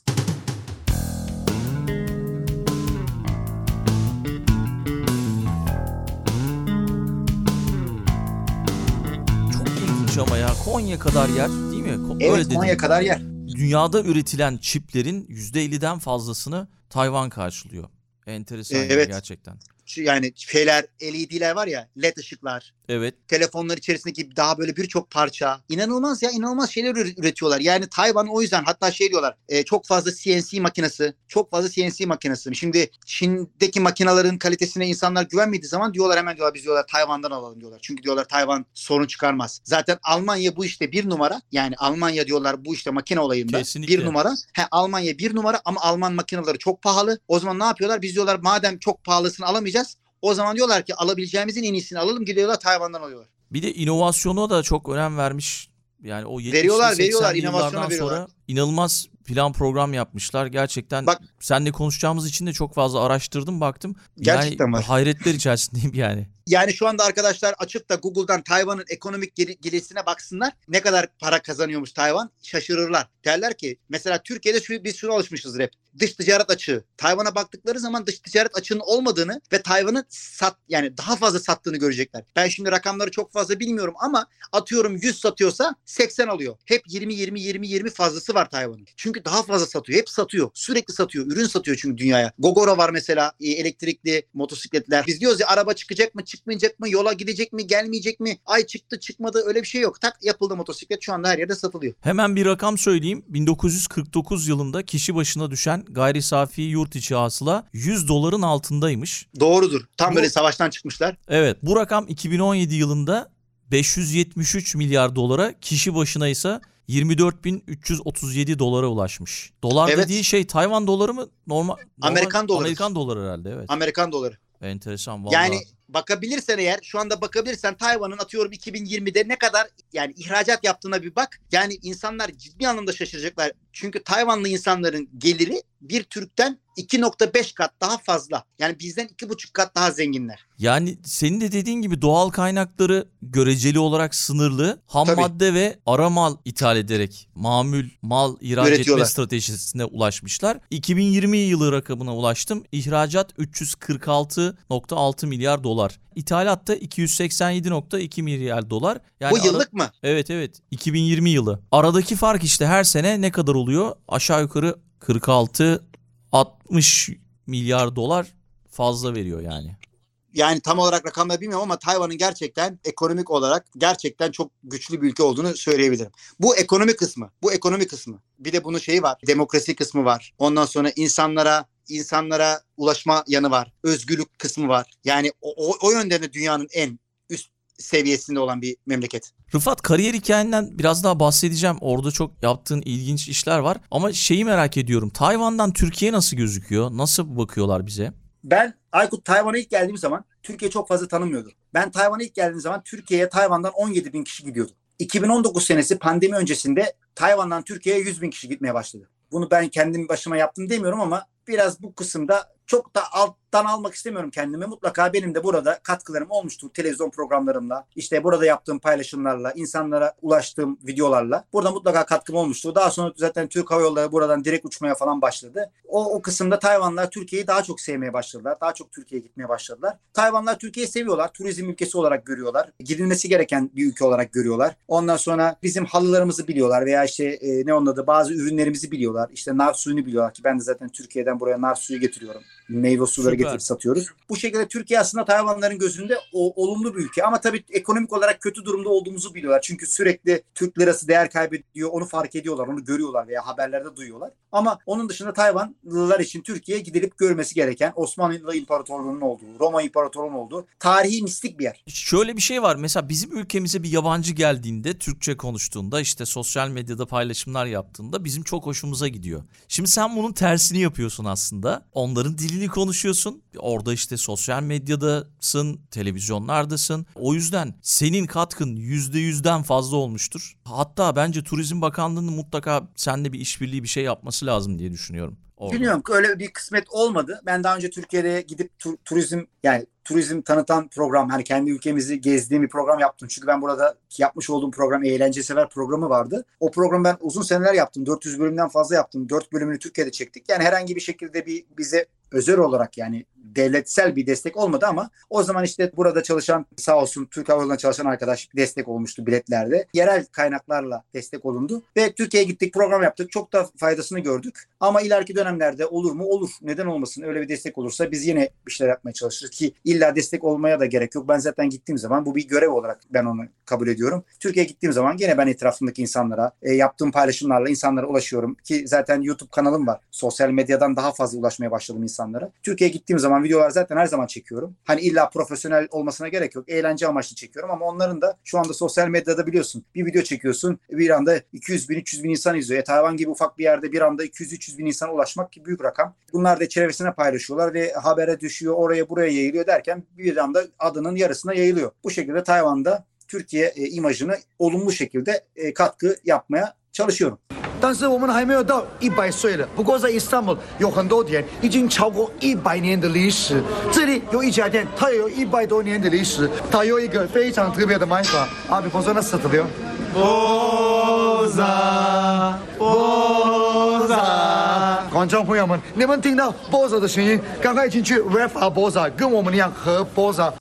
Çok ilginç ama ya. Konya kadar yer değil mi? Evet, Konya kadar yer. Dünyada üretilen çiplerin %50'den fazlasını Tayvan karşılıyor. Enteresan gerçekten. Yani LED'ler var ya, LED ışıklar. Evet. Telefonlar içerisindeki daha böyle birçok parça. İnanılmaz şeyler üretiyorlar. Yani Tayvan o yüzden hatta diyorlar, çok fazla CNC makinesi. Şimdi Çin'deki makinelerin kalitesine insanlar güvenmediği zaman biz Tayvan'dan alalım diyorlar. Çünkü diyorlar Tayvan sorun çıkarmaz. Zaten Almanya bu işte bir numara. Yani Almanya diyorlar bu işte makine olayında. Kesinlikle. Bir numara. Almanya bir numara ama Alman makineleri çok pahalı. O zaman ne yapıyorlar? Biz diyorlar madem çok pahalısını alamayacağız, o zaman diyorlar ki alabileceğimizin en iyisini alalım, gidiyorlar Tayvan'dan alıyorlar. Bir de inovasyona da çok önem vermiş. Yani o 70'li veriyorlar, 80'li sonra inanılmaz plan program yapmışlar. Gerçekten seninle konuşacağımız için de çok fazla araştırdım, baktım. Gerçekten yani var. Hayretler içerisindeyim yani. Yani şu anda arkadaşlar açıp da Google'dan Tayvan'ın ekonomik gelişine baksınlar. Ne kadar para kazanıyormuş Tayvan, şaşırırlar. Derler ki mesela Türkiye'de biz şuna alışmışız hep. dış ticaret açığı. Tayvan'a baktıkları zaman dış ticaret açığının olmadığını ve Tayvan'ı yani daha fazla sattığını görecekler. Ben şimdi rakamları çok fazla bilmiyorum ama atıyorum 100 satıyorsa 80 alıyor. Hep 20 fazlası var Tayvan'ın. Çünkü daha fazla satıyor. Hep satıyor. Sürekli satıyor. Ürün satıyor çünkü dünyaya. Gogoro var mesela, elektrikli motosikletler. Biz diyoruz ya, araba çıkacak mı, çıkmayacak mı, yola gidecek mi, gelmeyecek mi? Ay çıktı, çıkmadı, öyle bir şey yok. Tak, yapıldı motosiklet, şu anda her yerde satılıyor. Hemen bir rakam söyleyeyim. 1949 yılında kişi başına düşen gayri safi yurt içi hasıla $100'ın altındaymış. Doğrudur. Tam böyle savaştan çıkmışlar. Evet, bu rakam 2017 yılında 573 milyar dolara, kişi başına ise 24.337 dolara ulaşmış. Dolar dediği şey Tayvan doları mı? Normal Amerikan doları. Amerikan doları herhalde, evet. Amerikan doları. Enteresan vallahi. Yani bakabilirsen eğer, şu anda bakabilirsen Tayvan'ın atıyorum 2020'de ne kadar yani ihracat yaptığına bir bak. Yani insanlar ciddi anlamda şaşıracaklar. Çünkü Tayvanlı insanların geliri bir Türk'ten 2.5 kat daha fazla. Yani bizden 2.5 kat daha zenginler. Yani senin de dediğin gibi doğal kaynakları göreceli olarak sınırlı. Ham madde ve ara mal ithal ederek mamul mal ihraç etme stratejisine ulaşmışlar. 2020 yılı rakamına ulaştım. İhracat 346.6 milyar dolar. İthalatta 287.2 milyar dolar. Yani bu yıllık mı? Evet. 2020 yılı. Aradaki fark işte her sene ne kadar oluyor? Aşağı yukarı 46-60 milyar dolar fazla veriyor yani. Yani tam olarak rakamları bilmiyorum ama Tayvan'ın gerçekten ekonomik olarak gerçekten çok güçlü bir ülke olduğunu söyleyebilirim. Bu ekonomi kısmı. Bir de bunun şeyi var. Demokrasi kısmı var. Ondan sonra insanlara ulaşma yanı var. Özgürlük kısmı var. Yani o yönden de dünyanın en üst seviyesinde olan bir memleket. Rıfat, kariyer hikayenden biraz daha bahsedeceğim. Orada çok yaptığın ilginç işler var. Ama şeyi merak ediyorum. Tayvan'dan Türkiye nasıl gözüküyor? Nasıl bakıyorlar bize? Ben Aykut, Tayvan'a ilk geldiğim zaman Türkiye çok fazla tanımıyordu. Ben Tayvan'a ilk geldiğim zaman Türkiye'ye Tayvan'dan 17 bin kişi gidiyordu. 2019 senesi pandemi öncesinde Tayvan'dan Türkiye'ye 100 bin kişi gitmeye başladı. Bunu ben kendim başıma yaptım demiyorum ama biraz bu kısımda çok da alttan almak istemiyorum kendimi. Mutlaka benim de burada katkılarım olmuştur televizyon programlarımla. İşte burada yaptığım paylaşımlarla, insanlara ulaştığım videolarla. Burada mutlaka katkım olmuştur. Daha sonra zaten Türk Hava Yolları buradan direkt uçmaya falan başladı. O kısımda Tayvanlılar Türkiye'yi daha çok sevmeye başladılar. Daha çok Türkiye'ye gitmeye başladılar. Tayvanlılar Türkiye'yi seviyorlar. Turizm ülkesi olarak görüyorlar. Gidilmesi gereken bir ülke olarak görüyorlar. Ondan sonra bizim halılarımızı biliyorlar veya işte ne onun adı, bazı ürünlerimizi biliyorlar. İşte nar suyunu biliyorlar ki ben de zaten Türkiye'den buraya nar suyu getiriyorum. Meyve suları getirip satıyoruz. Bu şekilde Türkiye aslında Tayvanlıların gözünde olumlu bir ülke. Ama tabii ekonomik olarak kötü durumda olduğumuzu biliyorlar. Çünkü sürekli Türk lirası değer kaybediyor. Onu fark ediyorlar, onu görüyorlar veya haberlerde duyuyorlar. Ama onun dışında Tayvanlılar için Türkiye'ye gidilip görmesi gereken Osmanlı İmparatorluğu'nun olduğu, Roma İmparatorluğu'nun olduğu tarihi mistik bir yer. Şöyle bir şey var. Mesela bizim ülkemize bir yabancı geldiğinde, Türkçe konuştuğunda, işte sosyal medyada paylaşımlar yaptığında bizim çok hoşumuza gidiyor. Şimdi sen bunun tersini yapıyorsun aslında. Onların dilini konuşuyorsun. Orada işte sosyal medyadasın, televizyonlardasın. O yüzden senin katkın %100'den fazla olmuştur. Hatta bence Turizm Bakanlığı'nın mutlaka seninle bir işbirliği, bir şey yapması lazım diye düşünüyorum. Orada. Bilmiyorum, öyle bir kısmet olmadı. Ben daha önce Türkiye'de gidip turizm tanıtan program, hani kendi ülkemizi gezdiğim bir program yaptım. Çünkü ben burada yapmış olduğum program Eğlence Sever programı vardı. O programı ben uzun seneler yaptım. 400 bölümden fazla yaptım. 4 bölümünü Türkiye'de çektik. Yani herhangi bir şekilde bize özel olarak yani devletsel bir destek olmadı ama o zaman işte burada çalışan, sağ olsun Türk Hava Yolları'nda çalışan arkadaş destek olmuştu biletlerde. Yerel kaynaklarla destek olundu ve Türkiye'ye gittik, program yaptık. Çok da faydasını gördük. Ama ileriki dönemlerde olur mu? Olur. Neden olmasın? Öyle bir destek olursa biz yine bir şeyler yapmaya çalışırız ki illa destek olmaya da gerek yok. Ben zaten gittiğim zaman bu bir görev olarak ben onu kabul ediyorum. Türkiye'ye gittiğim zaman yine ben etrafımdaki insanlara yaptığım paylaşımlarla insanlara ulaşıyorum ki zaten YouTube kanalım var. Sosyal medyadan daha fazla ulaşmaya başladım insanlara. Türkiye'ye gittiğim zaman videolar zaten her zaman çekiyorum. Hani illa profesyonel olmasına gerek yok. Eğlence amaçlı çekiyorum ama onların da şu anda sosyal medyada biliyorsun. Bir video çekiyorsun, bir anda 200 bin, 300 bin insan izliyor. Tayvan gibi ufak bir yerde bir anda 200-300 bin insana ulaşmak ki büyük rakam. Bunlar da çevresine paylaşıyorlar ve habere düşüyor, oraya buraya yayılıyor derken bir anda adının yarısına yayılıyor. Bu şekilde Tayvan'da Türkiye imajını olumlu şekilde katkı yapmaya çalışıyorum. 但是我们还没有到100岁了。不过在伊斯坦布尔有很多店已经超过100年的历史。这里有一家店，它也有100多年的历史。它有一个非常特别的卖法。Abi pozor nasıl satılıyor? Boza, boza. 观众朋友们，你们听到 Boza 的声音，赶快进去 rap Boza， 跟我们一样和 Boza。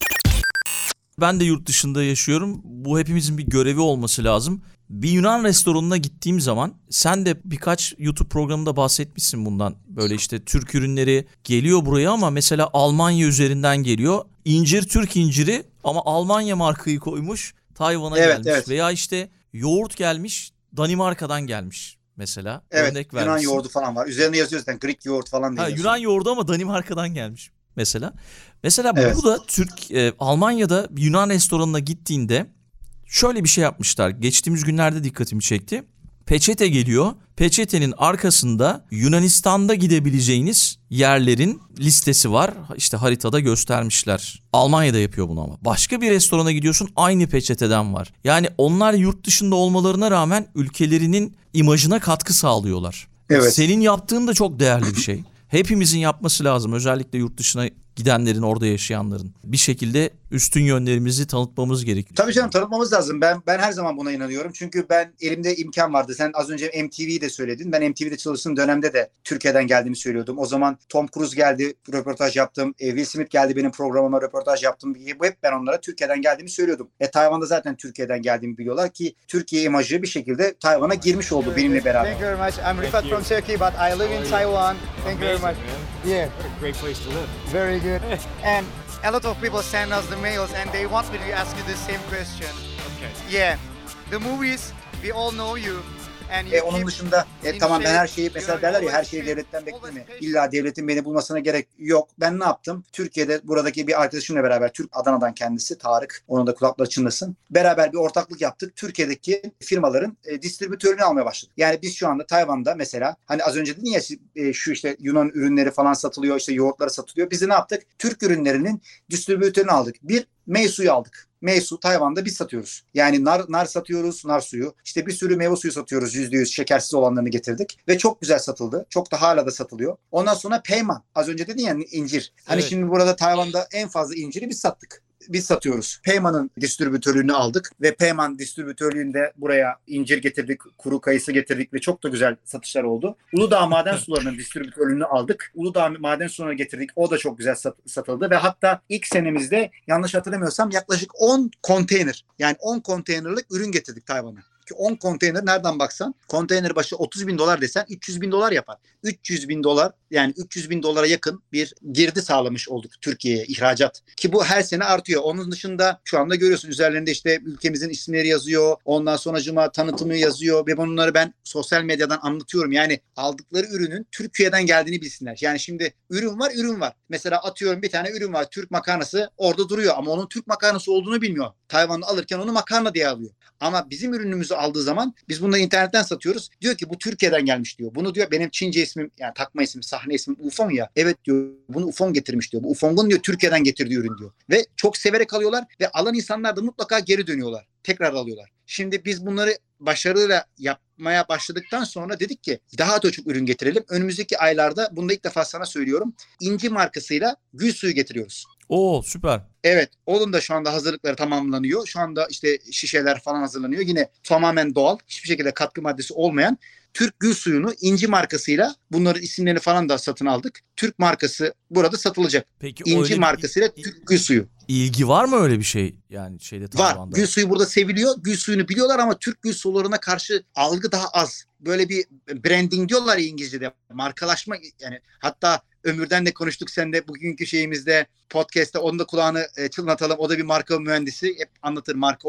Ben de yurt dışında yaşıyorum. Bu hepimizin bir görevi olması lazım. Bir Yunan restoranına gittiğim zaman, sen de birkaç YouTube programında bahsetmişsin bundan. Böyle işte Türk ürünleri geliyor buraya ama mesela Almanya üzerinden geliyor. İncir Türk inciri ama Almanya markayı koymuş, Tayvan'a gelmiş. Evet. Veya işte yoğurt gelmiş, Danimarka'dan gelmiş mesela. Evet, Örnek Yunan vermişsin. yoğurdu falan var. Üzerine yazıyor zaten Greek yoğurt falan diye. Yunan yoğurdu ama Danimarka'dan gelmiş mesela. Mesela Evet. burada Almanya'da bir Yunan restoranına gittiğinde şöyle bir şey yapmışlar. Geçtiğimiz günlerde dikkatimi çekti. Peçete geliyor. Peçetenin arkasında Yunanistan'da gidebileceğiniz yerlerin listesi var. İşte haritada göstermişler. Almanya'da yapıyor bunu ama. Başka bir restorana gidiyorsun, aynı peçeteden var. Yani onlar yurt dışında olmalarına rağmen ülkelerinin imajına katkı sağlıyorlar. Evet. Senin yaptığın da çok değerli bir şey. Hepimizin yapması lazım. Özellikle yurt dışına gidenlerin, orada yaşayanların. Bir şekilde üstün yönlerimizi tanıtmamız gerekiyor. Tabii canım, tanıtmamız lazım. Ben her zaman buna inanıyorum. Çünkü ben elimde imkan vardı. Sen az önce MTV'yi de söyledin. Ben MTV'de çalıştığım dönemde de Türkiye'den geldiğimi söylüyordum. O zaman Tom Cruise geldi, röportaj yaptım. Will Smith geldi, benim programıma röportaj yaptım. Hep ben onlara Türkiye'den geldiğimi söylüyordum. Tayvan'da zaten Türkiye'den geldiğimi biliyorlar ki Türkiye imajı bir şekilde Tayvan'a girmiş oldu benimle beraber. Thank you very much. I'm Rifat from Turkey, but I live in Taiwan. Thank you very much. Yeah, What a great place to live. very good. And a lot of people send us the mails and they want me to ask you the same question. Okay. Yeah, the movies, we all know you. And you Onun keep dışında in tamam, ben shape, her şeyi, mesela derler ya, her şeyi devletten bekleme. İlla devletin beni bulmasına gerek yok. Ben ne yaptım? Türkiye'de buradaki bir arkadaşımla beraber, Türk, Adana'dan kendisi, Tarık. Onun da kulakları çınlasın. Beraber bir ortaklık yaptık. Türkiye'deki firmaların distribütörünü almaya başladık. Yani biz şu anda Tayvan'da mesela, hani az önce dedin ya, şu işte Yunan ürünleri falan satılıyor, işte yoğurtları satılıyor. Biz ne yaptık? Türk ürünlerinin distribütörünü aldık. Bir meyve suyu aldık. Meyve suyu Tayvan'da biz satıyoruz. Yani nar satıyoruz, nar suyu. İşte bir sürü meyve suyu satıyoruz. %100 şekersiz olanlarını getirdik. Ve çok güzel satıldı. Çok da hala da satılıyor. Ondan sonra peyman. Az önce dedin ya, incir. Hani Evet. şimdi burada Tayvan'da en fazla inciri biz sattık. Biz satıyoruz. Peyman'ın distribütörlüğünü aldık ve Peyman distribütörlüğünde buraya incir getirdik, kuru kayısı getirdik ve çok da güzel satışlar oldu. Uludağ Maden Suları'nın distribütörlüğünü aldık. Uludağ Maden Suları'na getirdik. O da çok güzel satıldı ve hatta ilk senemizde, yanlış hatırlamıyorsam, yaklaşık 10 konteyner, yani 10 konteynerlik ürün getirdik Tayvan'a. Ki 10 konteyner, nereden baksan konteyner başı 30 bin dolar desen 300 bin dolar yapar. 300 bin dolar, yani 300 bin dolara yakın bir girdi sağlamış olduk Türkiye'ye, ihracat. Ki bu her sene artıyor. Onun dışında şu anda görüyorsun üzerlerinde işte ülkemizin isimleri yazıyor. Ondan sonracıma tanıtımı yazıyor ve bunları ben sosyal medyadan anlatıyorum. Yani aldıkları ürünün Türkiye'den geldiğini bilsinler. Yani şimdi ürün var. Mesela atıyorum, bir tane ürün var, Türk makarnası orada duruyor ama onun Türk makarnası olduğunu bilmiyor. Tayvan'da alırken onu makarna diye alıyor. Ama bizim ürünümüzü aldığı zaman, biz bunları internetten satıyoruz. Diyor ki bu Türkiye'den gelmiş diyor. Bunu diyor, benim Çince ismim, yani takma ismim, sahne ismim Ufong ya. Evet diyor, bunu Ufong getirmiş diyor. Bu Ufong'un diyor Türkiye'den getirdiği ürün diyor. Ve çok severek alıyorlar ve alan insanlar da mutlaka geri dönüyorlar. Tekrar alıyorlar. Şimdi biz bunları başarıyla yapmaya başladıktan sonra dedik ki daha da çok ürün getirelim. Önümüzdeki aylarda, bunu da ilk defa sana söylüyorum, İnci markasıyla gül suyu getiriyoruz. Oo, süper. Evet, onun da şu anda hazırlıkları tamamlanıyor. Şu anda işte şişeler falan hazırlanıyor. Yine tamamen doğal, hiçbir şekilde katkı maddesi olmayan Türk gül suyunu İnci markasıyla, bunların isimlerini falan da satın aldık. Türk markası burada satılacak. Peki İnci öyle markasıyla Türk gül suyu. ilgi var mı öyle bir şey? Yani şeyde, Var. Tayvan'da. Gül suyu burada seviliyor. Gül suyunu biliyorlar ama Türk gül sularına karşı algı daha az. Böyle bir branding diyorlar ya İngilizce'de. Markalaşma, yani hatta Ömür'den de konuştuk sen de bugünkü şeyimizde, podcast'te, onun da kulağını çınlatalım. O da bir marka mühendisi. Hep anlatır, marka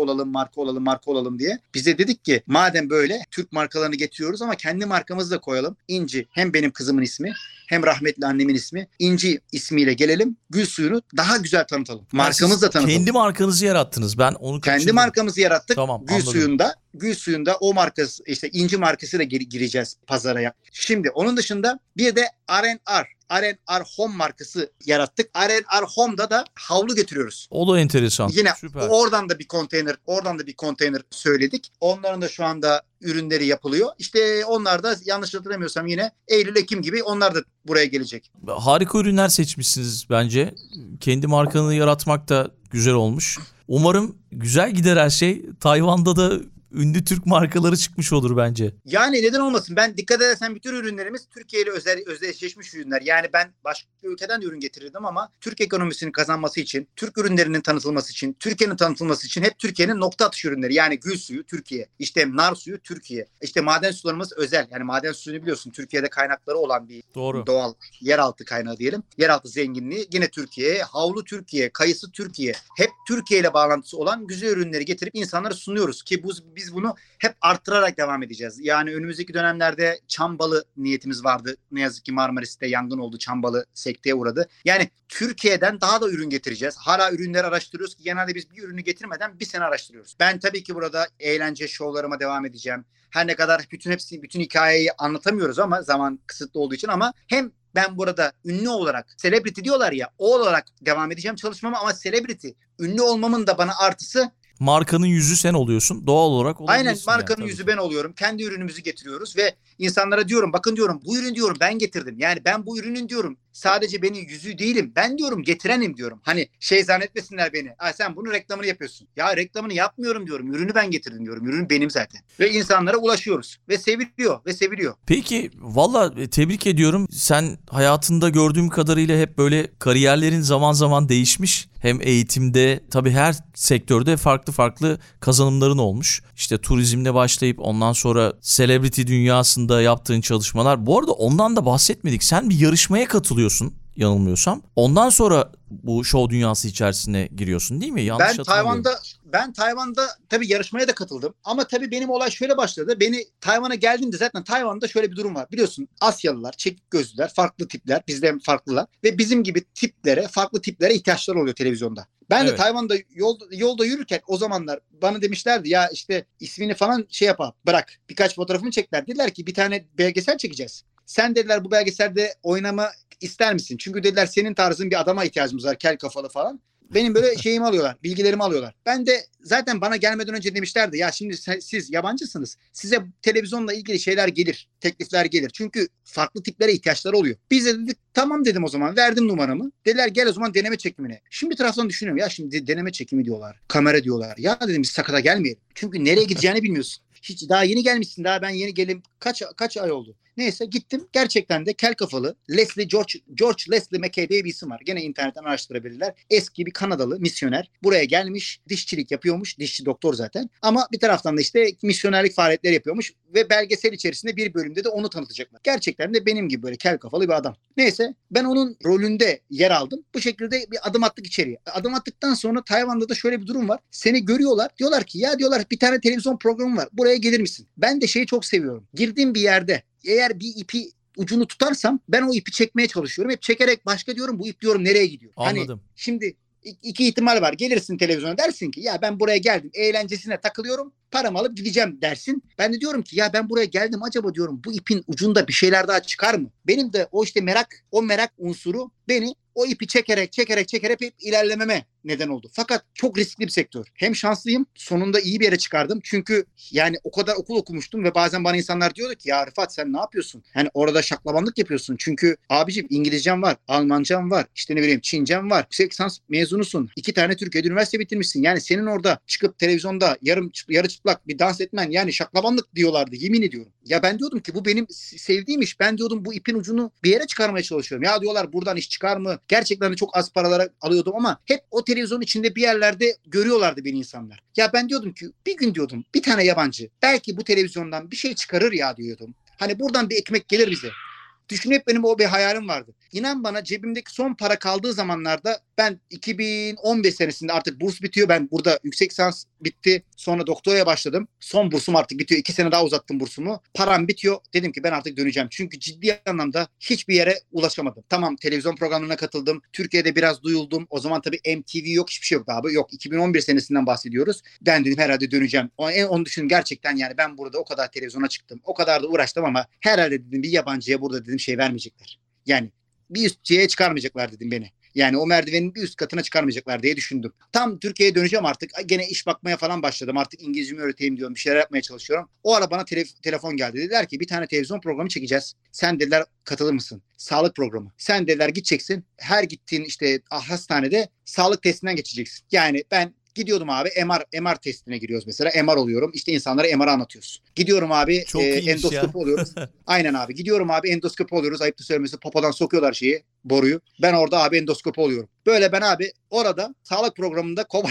olalım diye. Bize dedik ki madem böyle, Türk markalarını getiriyoruz ama kendi markamızı da koyalım. İnci, hem benim kızımın ismi hem rahmetli annemin ismi. İnci ismiyle gelelim. Gül suyunu daha güzel tanıtalım. Markamızı da tanıtalım. Kendi markanızı yarattınız. Ben onu Kendi kaçırdım. markamızı yarattık. Tamam, Gül anladım. suyunda o markası, işte İnci markasıyla gireceğiz pazara. Şimdi onun dışında bir de R&R Home markası yarattık. R&R Home'da da havlu götürüyoruz. O da enteresan. Yine Süper. oradan da bir konteyner söyledik. Onların da şu anda ürünleri yapılıyor. İşte onlar da, yanlış hatırlamıyorsam, yine Eylül-Ekim gibi onlar da buraya gelecek. Harika ürünler seçmişsiniz bence. Kendi markanı yaratmak da güzel olmuş. Umarım güzel gider her şey. Tayvan'da da ünlü Türk markaları çıkmış olur bence. Yani neden olmasın? Ben dikkat edersen bütün ürünlerimiz Türkiye ile özdeşleşmiş ürünler. Yani ben başka ülkeden de ürün getirirdim ama Türk ekonomisinin kazanması için, Türk ürünlerinin tanıtılması için, Türkiye'nin tanıtılması için hep Türkiye'nin nokta atışı ürünleri. Yani gül suyu Türkiye, işte nar suyu Türkiye, işte maden sularımız özel. Yani maden suyunu biliyorsun, Türkiye'de kaynakları olan bir Doğru. doğal yeraltı kaynağı diyelim. Yeraltı zenginliği yine Türkiye, havlu Türkiye, kayısı Türkiye. Hep Türkiye ile bağlantısı olan güzel ürünleri getirip insanlara sunuyoruz ki biz bunu hep arttırarak devam edeceğiz. Yani önümüzdeki dönemlerde çam balı niyetimiz vardı. Ne yazık ki Marmaris'te yangın oldu. Çam balı sekteye uğradı. Yani Türkiye'den daha da ürün getireceğiz. Hala ürünleri araştırıyoruz ki genelde biz bir ürünü getirmeden bir sene araştırıyoruz. Ben tabii ki burada eğlence şovlarıma devam edeceğim. Her ne kadar bütün hikayeyi anlatamıyoruz ama zaman kısıtlı olduğu için, ama hem ben burada ünlü olarak, celebrity diyorlar ya, o olarak devam edeceğim çalışmama, ama celebrity, ünlü olmamın da bana artısı. Markanın yüzü sen oluyorsun. Doğal olarak olabilirsin. Aynen, markanın yani, yüzü ben oluyorum. Kendi ürünümüzü getiriyoruz ve insanlara diyorum, bakın diyorum, bu ürün diyorum ben getirdim. Yani ben bu ürünün diyorum sadece benim yüzü değilim. Ben diyorum getirenim diyorum. Hani zannetmesinler beni. Sen bunun reklamını yapıyorsun. Ya reklamını yapmıyorum diyorum. Ürünü ben getirdim diyorum. Ürün benim zaten. Ve insanlara ulaşıyoruz. Ve seviliyor. Peki valla tebrik ediyorum. Sen hayatında gördüğüm kadarıyla hep böyle kariyerlerin zaman zaman değişmiş. Hem eğitimde, tabii her sektörde farklı kazanımların olmuş. İşte turizmle başlayıp ondan sonra celebrity dünyasında yaptığın çalışmalar. Bu arada ondan da bahsetmedik. Sen bir yarışmaya katılıyorsun yanılmıyorsam. Ondan sonra bu show dünyası içerisine giriyorsun değil mi? Yanlış hatırlamıyorum. Ben Tayvan'da tabii yarışmaya da katıldım. Ama tabii benim olay şöyle başladı. Tayvan'a geldiğimde zaten Tayvan'da şöyle bir durum var. Biliyorsun, Asyalılar, çekik gözlüler, farklı tipler, bizden farklılar. Ve bizim gibi farklı tiplere ihtiyaçları oluyor televizyonda. Ben de Tayvan'da yolda yürürken o zamanlar bana demişlerdi ya işte ismini falan bırak. Birkaç fotoğrafımı çektiler. Dediler ki bir tane belgesel çekeceğiz. Sen dediler bu belgeselde oynama ister misin? Çünkü dediler senin tarzın bir adama ihtiyacımız var, kel kafalı falan. Benim böyle şeyimi alıyorlar, bilgilerimi alıyorlar. Ben de zaten bana gelmeden önce demişlerdi ya şimdi siz yabancısınız. Size televizyonla ilgili şeyler gelir, teklifler gelir. Çünkü farklı tiplere ihtiyaçları oluyor. Biz de dedik tamam dedim o zaman. Verdim numaramı. Dediler gel o zaman deneme çekimine. Şimdi bir taraftan düşünüyorum ya şimdi deneme çekimi diyorlar. Kamera diyorlar. Ya dedim biz sakata gelmeyelim. Çünkü nereye gideceğini bilmiyorsun. Hiç daha yeni gelmişsin. Daha ben yeni gelim. Kaç ay oldu? Neyse gittim. Gerçekten de kel kafalı George Leslie McKay diye bir isim var. Gene internetten araştırabilirler. Eski bir Kanadalı misyoner. Buraya gelmiş. Dişçilik yapıyormuş. Dişçi doktor zaten. Ama bir taraftan da işte misyonerlik faaliyetleri yapıyormuş. Ve belgesel içerisinde bir bölümde de onu tanıtacaklar. Gerçekten de benim gibi böyle kel kafalı bir adam. Neyse ben onun rolünde yer aldım. Bu şekilde bir adım attık içeriye. Adım attıktan sonra Tayvan'da da şöyle bir durum var. Seni görüyorlar. Diyorlar ki ya diyorlar bir tane televizyon programı var. Buraya gelir misin? Ben de şeyi çok seviyorum. Girdiğim bir yerde eğer bir ipi ucunu tutarsam ben o ipi çekmeye çalışıyorum. Hep çekerek başka diyorum bu ip diyorum nereye gidiyor? Anladım. Hani şimdi iki ihtimal var. Gelirsin televizyona dersin ki ya ben buraya geldim eğlencesine takılıyorum. Paramı alıp gideceğim dersin. Ben de diyorum ki ya ben buraya geldim acaba diyorum bu ipin ucunda bir şeyler daha çıkar mı? Benim de o işte merak unsuru beni o ipi çekerek hep ilerlememe neden oldu. Fakat çok riskli bir sektör. Hem şanslıyım sonunda iyi bir yere çıkardım. Çünkü yani o kadar okul okumuştum ve bazen bana insanlar diyordu ki ya Rıfat sen ne yapıyorsun? Hani orada şaklabanlık yapıyorsun. Çünkü abicim İngilizcem var, Almancam var, işte ne bileyim Çincem var. Yüksek lisans mezunusun. 2 tane Türkiye'de üniversite bitirmişsin. Yani senin orada çıkıp televizyonda yarı çıplak bir dans etmen yani şaklabanlık diyorlardı yemin ediyorum. Ya ben diyordum ki bu benim sevdiğim iş. Ben diyordum bu ipin ucunu bir yere çıkarmaya çalışıyorum. Ya diyorlar buradan iş çıkar mı? Gerçekten de çok az paralara alıyordum ama hep o televizyon içinde bir yerlerde görüyorlardı beni insanlar. Ya ben diyordum ki bir gün diyordum bir tane yabancı belki bu televizyondan bir şey çıkarır ya diyordum. Hani buradan bir ekmek gelir bize. Düşünüp benim o bir hayalim vardı. İnan bana cebimdeki son para kaldığı zamanlarda ben 2015 senesinde artık burs bitiyor. Ben burada yüksek lisans bitti. Sonra doktoraya başladım. Son bursum artık bitiyor. 2 sene daha uzattım bursumu. Param bitiyor. Dedim ki ben artık döneceğim. Çünkü ciddi anlamda hiçbir yere ulaşamadım. Tamam televizyon programlarına katıldım. Türkiye'de biraz duyuldum. O zaman tabii MTV yok hiçbir şey yok abi. Yok 2011 senesinden bahsediyoruz. Ben dedim herhalde döneceğim. Onu düşünün gerçekten yani ben burada o kadar televizyona çıktım. O kadar da uğraştım ama herhalde dedim bir yabancıya burada dedim şey vermeyecekler. Yani bir üst şeye çıkarmayacaklar dedim beni. Yani o merdivenin bir üst katına çıkarmayacaklar diye düşündüm. Tam Türkiye'ye döneceğim artık. Gene iş bakmaya falan başladım. Artık İngilizcemi öğreteyim diyorum. Bir şeyler yapmaya çalışıyorum. O ara bana telefon geldi. Dediler ki bir tane televizyon programı çekeceğiz. Sen dediler katılır mısın? Sağlık programı. Sen dediler gideceksin. Her gittiğin işte hastanede sağlık testinden geçeceksin. Yani ben Gidiyordum abi MR testine giriyoruz mesela. MR oluyorum. İşte insanlara MR anlatıyoruz. Gidiyorum abi Çok iyiymiş endoskopi ya. oluyoruz. Aynen abi. Gidiyorum abi endoskopi oluyoruz. Ayıptır söylemesi popodan sokuyorlar boruyu. Ben orada abi endoskopi oluyorum. Böyle ben abi orada sağlık programında kobay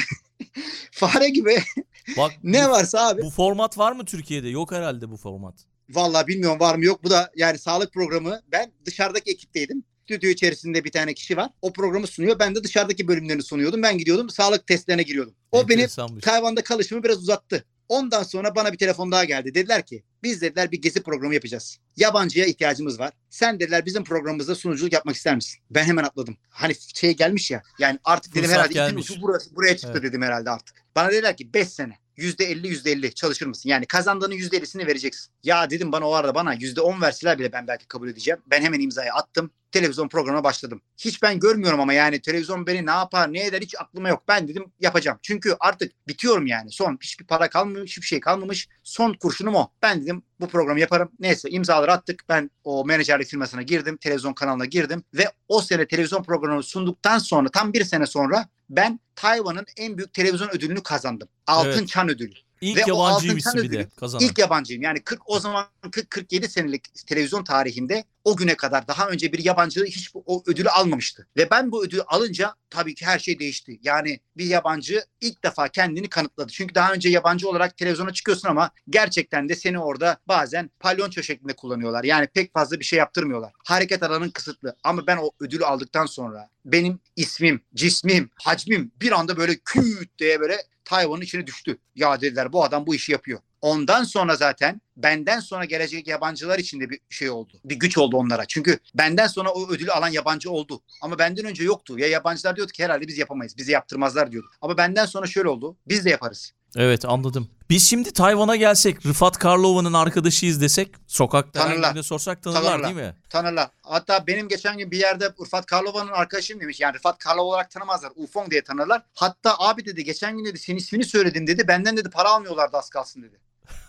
fare gibi Bak ne varsa abi. bu format var mı Türkiye'de? Yok herhalde bu format. Vallahi bilmiyorum var mı yok. Bu da yani sağlık programı. Ben dışarıdaki ekipteydim. Stüdyo içerisinde bir tane kişi var. O programı sunuyor. Ben de dışarıdaki bölümlerini sunuyordum. Ben gidiyordum sağlık testlerine giriyordum. O benim Enteresanmış. Tayvan'da kalışımı biraz uzattı. Ondan sonra bana bir telefon daha geldi. Dediler ki biz dediler bir gezi programı yapacağız. Yabancıya ihtiyacımız var. Sen dediler bizim programımızda sunuculuk yapmak ister misin? Ben hemen atladım. Hani gelmiş ya. Yani artık dedim Fırsat herhalde gelmiş. ipin ucu buraya çıktı Evet. dedim herhalde artık. Bana dediler ki 5 sene. %50 çalışır mısın? Yani kazandığının %50'sini vereceksin. Ya dedim bana o arada bana %10 verseler bile ben belki kabul edeceğim. Ben hemen imzayı attım. Televizyon programına başladım. Hiç ben görmüyorum ama yani televizyon beni ne yapar ne eder hiç aklıma yok. Ben dedim yapacağım. Çünkü artık bitiyorum yani. Son hiçbir para kalmamış, hiçbir şey kalmamış. Son kurşunum o. Ben dedim bu programı yaparım. Neyse imzaları attık. Ben o menajerlik firmasına girdim. Televizyon kanalına girdim. Ve o sene televizyon programını sunduktan sonra tam bir sene sonra ben Tayvan'ın en büyük televizyon ödülünü kazandım. Altın Evet. Çan ödülü. İlk Ve o yabancıymışsın altın bir de ödülü, kazanan. İlk yabancıyım. Yani o zaman 47 senelik televizyon tarihinde o güne kadar daha önce bir yabancı hiç o ödülü almamıştı. Ve ben bu ödülü alınca tabii ki her şey değişti. Yani bir yabancı ilk defa kendini kanıtladı. Çünkü daha önce yabancı olarak televizyona çıkıyorsun ama gerçekten de seni orada bazen palyonço şeklinde kullanıyorlar. Yani pek fazla bir şey yaptırmıyorlar. Hareket alanın kısıtlı. Ama ben o ödülü aldıktan sonra benim ismim, cismim, hacmim bir anda böyle küt diye böyle Tayvan'ın içine düştü. Ya dediler bu adam bu işi yapıyor. Ondan sonra zaten benden sonra gelecek yabancılar için de bir şey oldu. Bir güç oldu onlara. Çünkü benden sonra o ödülü alan yabancı oldu. Ama benden önce yoktu. Ya yabancılar diyordu ki herhalde biz yapamayız. Bize yaptırmazlar diyordu. Ama benden sonra şöyle oldu. Biz de yaparız. Evet anladım. Biz şimdi Tayvan'a gelsek, Rıfat Karlova'nın arkadaşıyız desek, sokakta Tanırlar. herhangi birine sorsak tanırlar değil mi? Tanırlar. Hatta benim geçen gün bir yerde Rıfat Karlova'nın arkadaşım demiş. Yani Rıfat Karlova olarak tanımazlar. Ufong diye tanırlar. Hatta abi dedi geçen gün dedi senin ismini söyledim dedi. Benden dedi para almıyorlardı az kalsın dedi.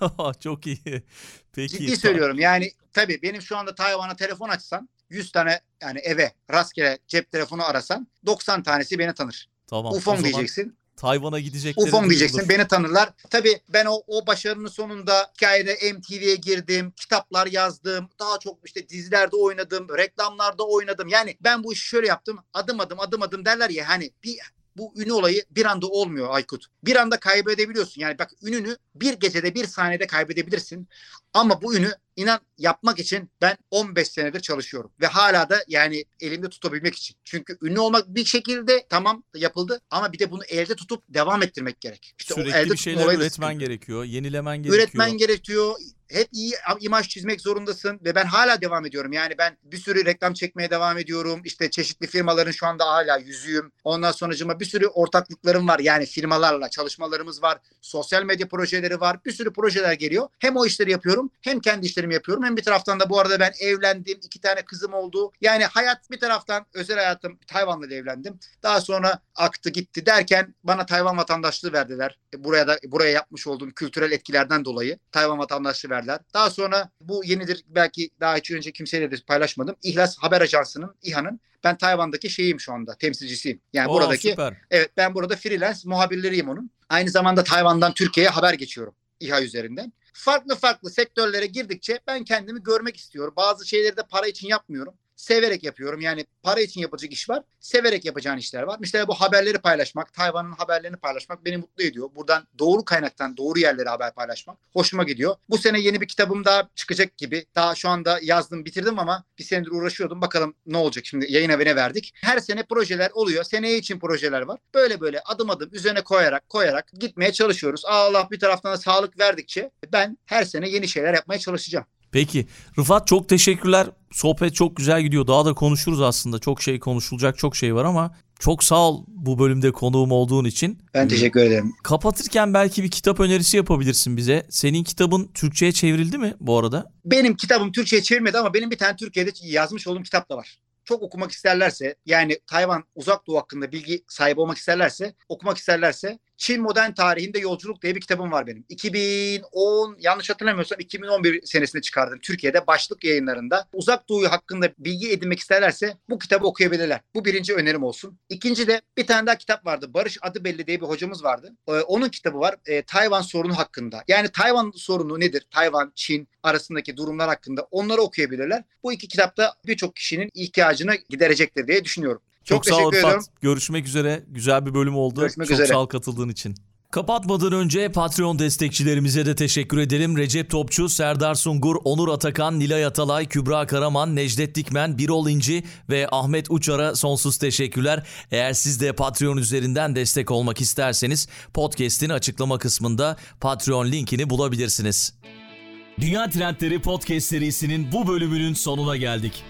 Çok iyi. Peki. Ciddi söylüyorum. Yani tabii benim şu anda Tayvan'a telefon açsan 100 tane yani eve rastgele cep telefonu arasan 90 tanesi beni tanır. Tamam. O Ufong zaman diyeceksin. Tayvan'a gidecekleri Ufong diyeceksin. duyurulur. Beni tanırlar. Tabii ben o başarının sonunda hikayede MTV'ye girdim. Kitaplar yazdım. Daha çok işte dizilerde oynadım. Reklamlarda oynadım. Yani ben bu işi şöyle yaptım. Adım adım derler ya hani bu ünü olayı bir anda olmuyor Aykut. Bir anda kaybedebiliyorsun. Yani bak ününü bir gecede bir saniyede kaybedebilirsin. Ama bu ünü inan yapmak için ben 15 senedir çalışıyorum. Ve hala da yani elimde tutabilmek için. Çünkü ünlü olmak bir şekilde tamam yapıldı ama bir de bunu elde tutup devam ettirmek gerek. İşte Sürekli bir şeyler üretmen gerekiyor, yenilemen gerekiyor. Üretmen gerekiyor. Hep iyi imaj çizmek zorundasın ve ben hala devam ediyorum. Yani ben bir sürü reklam çekmeye devam ediyorum. İşte çeşitli firmaların şu anda hala yüzüğüm. Ondan sonracığıma bir sürü ortaklıklarım var. Yani firmalarla çalışmalarımız var. Sosyal medya projeleri var. Bir sürü projeler geliyor. Hem o işleri yapıyorum hem kendi işlerimi yapıyorum. Hem bir taraftan da bu arada ben evlendim. 2 tane kızım oldu. Yani hayat bir taraftan özel hayatım Tayvan'la da evlendim. Daha sonra aktı gitti derken bana Tayvan vatandaşlığı verdiler. Buraya yapmış olduğum kültürel etkilerden dolayı Tayvan vatandaşlığı verdiler. Daha sonra bu yenidir belki daha hiç önce kimseyle de paylaşmadım. İhlas Haber Ajansı'nın İHA'nın ben Tayvan'daki şeyim şu anda temsilcisiyim. Yani buradaki süper. evet ben burada freelance muhabirleriyim onun. Aynı zamanda Tayvan'dan Türkiye'ye haber geçiyorum İHA üzerinden. Farklı sektörlere girdikçe ben kendimi görmek istiyorum. Bazı şeyleri de para için yapmıyorum. Severek yapıyorum. Yani para için yapacak iş var. Severek yapacağın işler var. Mesela bu haberleri paylaşmak, Tayvan'ın haberlerini paylaşmak beni mutlu ediyor. Buradan doğru kaynaktan doğru yerlere haber paylaşmak hoşuma gidiyor. Bu sene yeni bir kitabım daha çıkacak gibi. Daha şu anda yazdım, bitirdim ama bir senedir uğraşıyordum. Bakalım ne olacak şimdi yayın evine verdik. Her sene projeler oluyor. Seneye için projeler var. Böyle adım üzerine koyarak gitmeye çalışıyoruz. Allah bir taraftan da sağlık verdikçe ben her sene yeni şeyler yapmaya çalışacağım. Peki Rıfat çok teşekkürler. Sohbet çok güzel gidiyor. Daha da konuşuruz aslında. Çok şey konuşulacak çok şey var ama çok sağ ol bu bölümde konuğum olduğun için. Ben teşekkür ederim. Kapatırken belki bir kitap önerisi yapabilirsin bize. Senin kitabın Türkçe'ye çevrildi mi bu arada? Benim kitabım Türkçe'ye çevirmedi ama benim bir tane Türkiye'de yazmış olduğum kitap da var. Çok okumak isterlerse yani Tayvan Uzak Doğu hakkında bilgi sahibi olmak isterlerse okumak isterlerse Çin Modern Tarihinde Yolculuk diye bir kitabım var benim. 2010, yanlış hatırlamıyorsam 2011 senesinde çıkardım Türkiye'de başlık yayınlarında. Uzak Doğu hakkında bilgi edinmek isterlerse bu kitabı okuyabilirler. Bu birinci önerim olsun. İkinci de bir tane daha kitap vardı. Barış Adıbelli diye bir hocamız vardı. Onun kitabı var. Tayvan sorunu hakkında. Yani Tayvan sorunu nedir? Tayvan, Çin arasındaki durumlar hakkında onları okuyabilirler. Bu iki kitapta birçok kişinin ihtiyacını giderecektir diye düşünüyorum. Çok sağ ol teşekkür ediyorum. Görüşmek üzere. Güzel bir bölüm oldu. Görüşmek Çok üzere. sağ ol katıldığın için. Kapatmadan önce Patreon destekçilerimize de teşekkür edelim. Recep Topçu, Serdar Sungur, Onur Atakan, Nilay Atalay, Kübra Karaman, Necdet Dikmen, Birol İnci ve Ahmet Uçar'a sonsuz teşekkürler. Eğer siz de Patreon üzerinden destek olmak isterseniz podcast'in açıklama kısmında Patreon linkini bulabilirsiniz. Dünya Trendleri Podcast serisinin bu bölümünün sonuna geldik.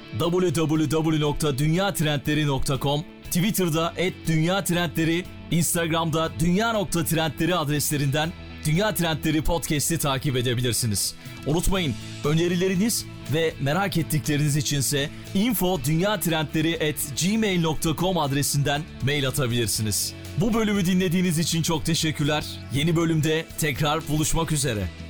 www.dünyatrendleri.com, Twitter'da @dünyatrendleri, Instagram'da dünya.trendleri adreslerinden Dünya Trendleri Podcast'i takip edebilirsiniz. Unutmayın, önerileriniz ve merak ettikleriniz içinse info.dünyatrendleri@gmail.com adresinden mail atabilirsiniz. Bu bölümü dinlediğiniz için çok teşekkürler. Yeni bölümde tekrar buluşmak üzere.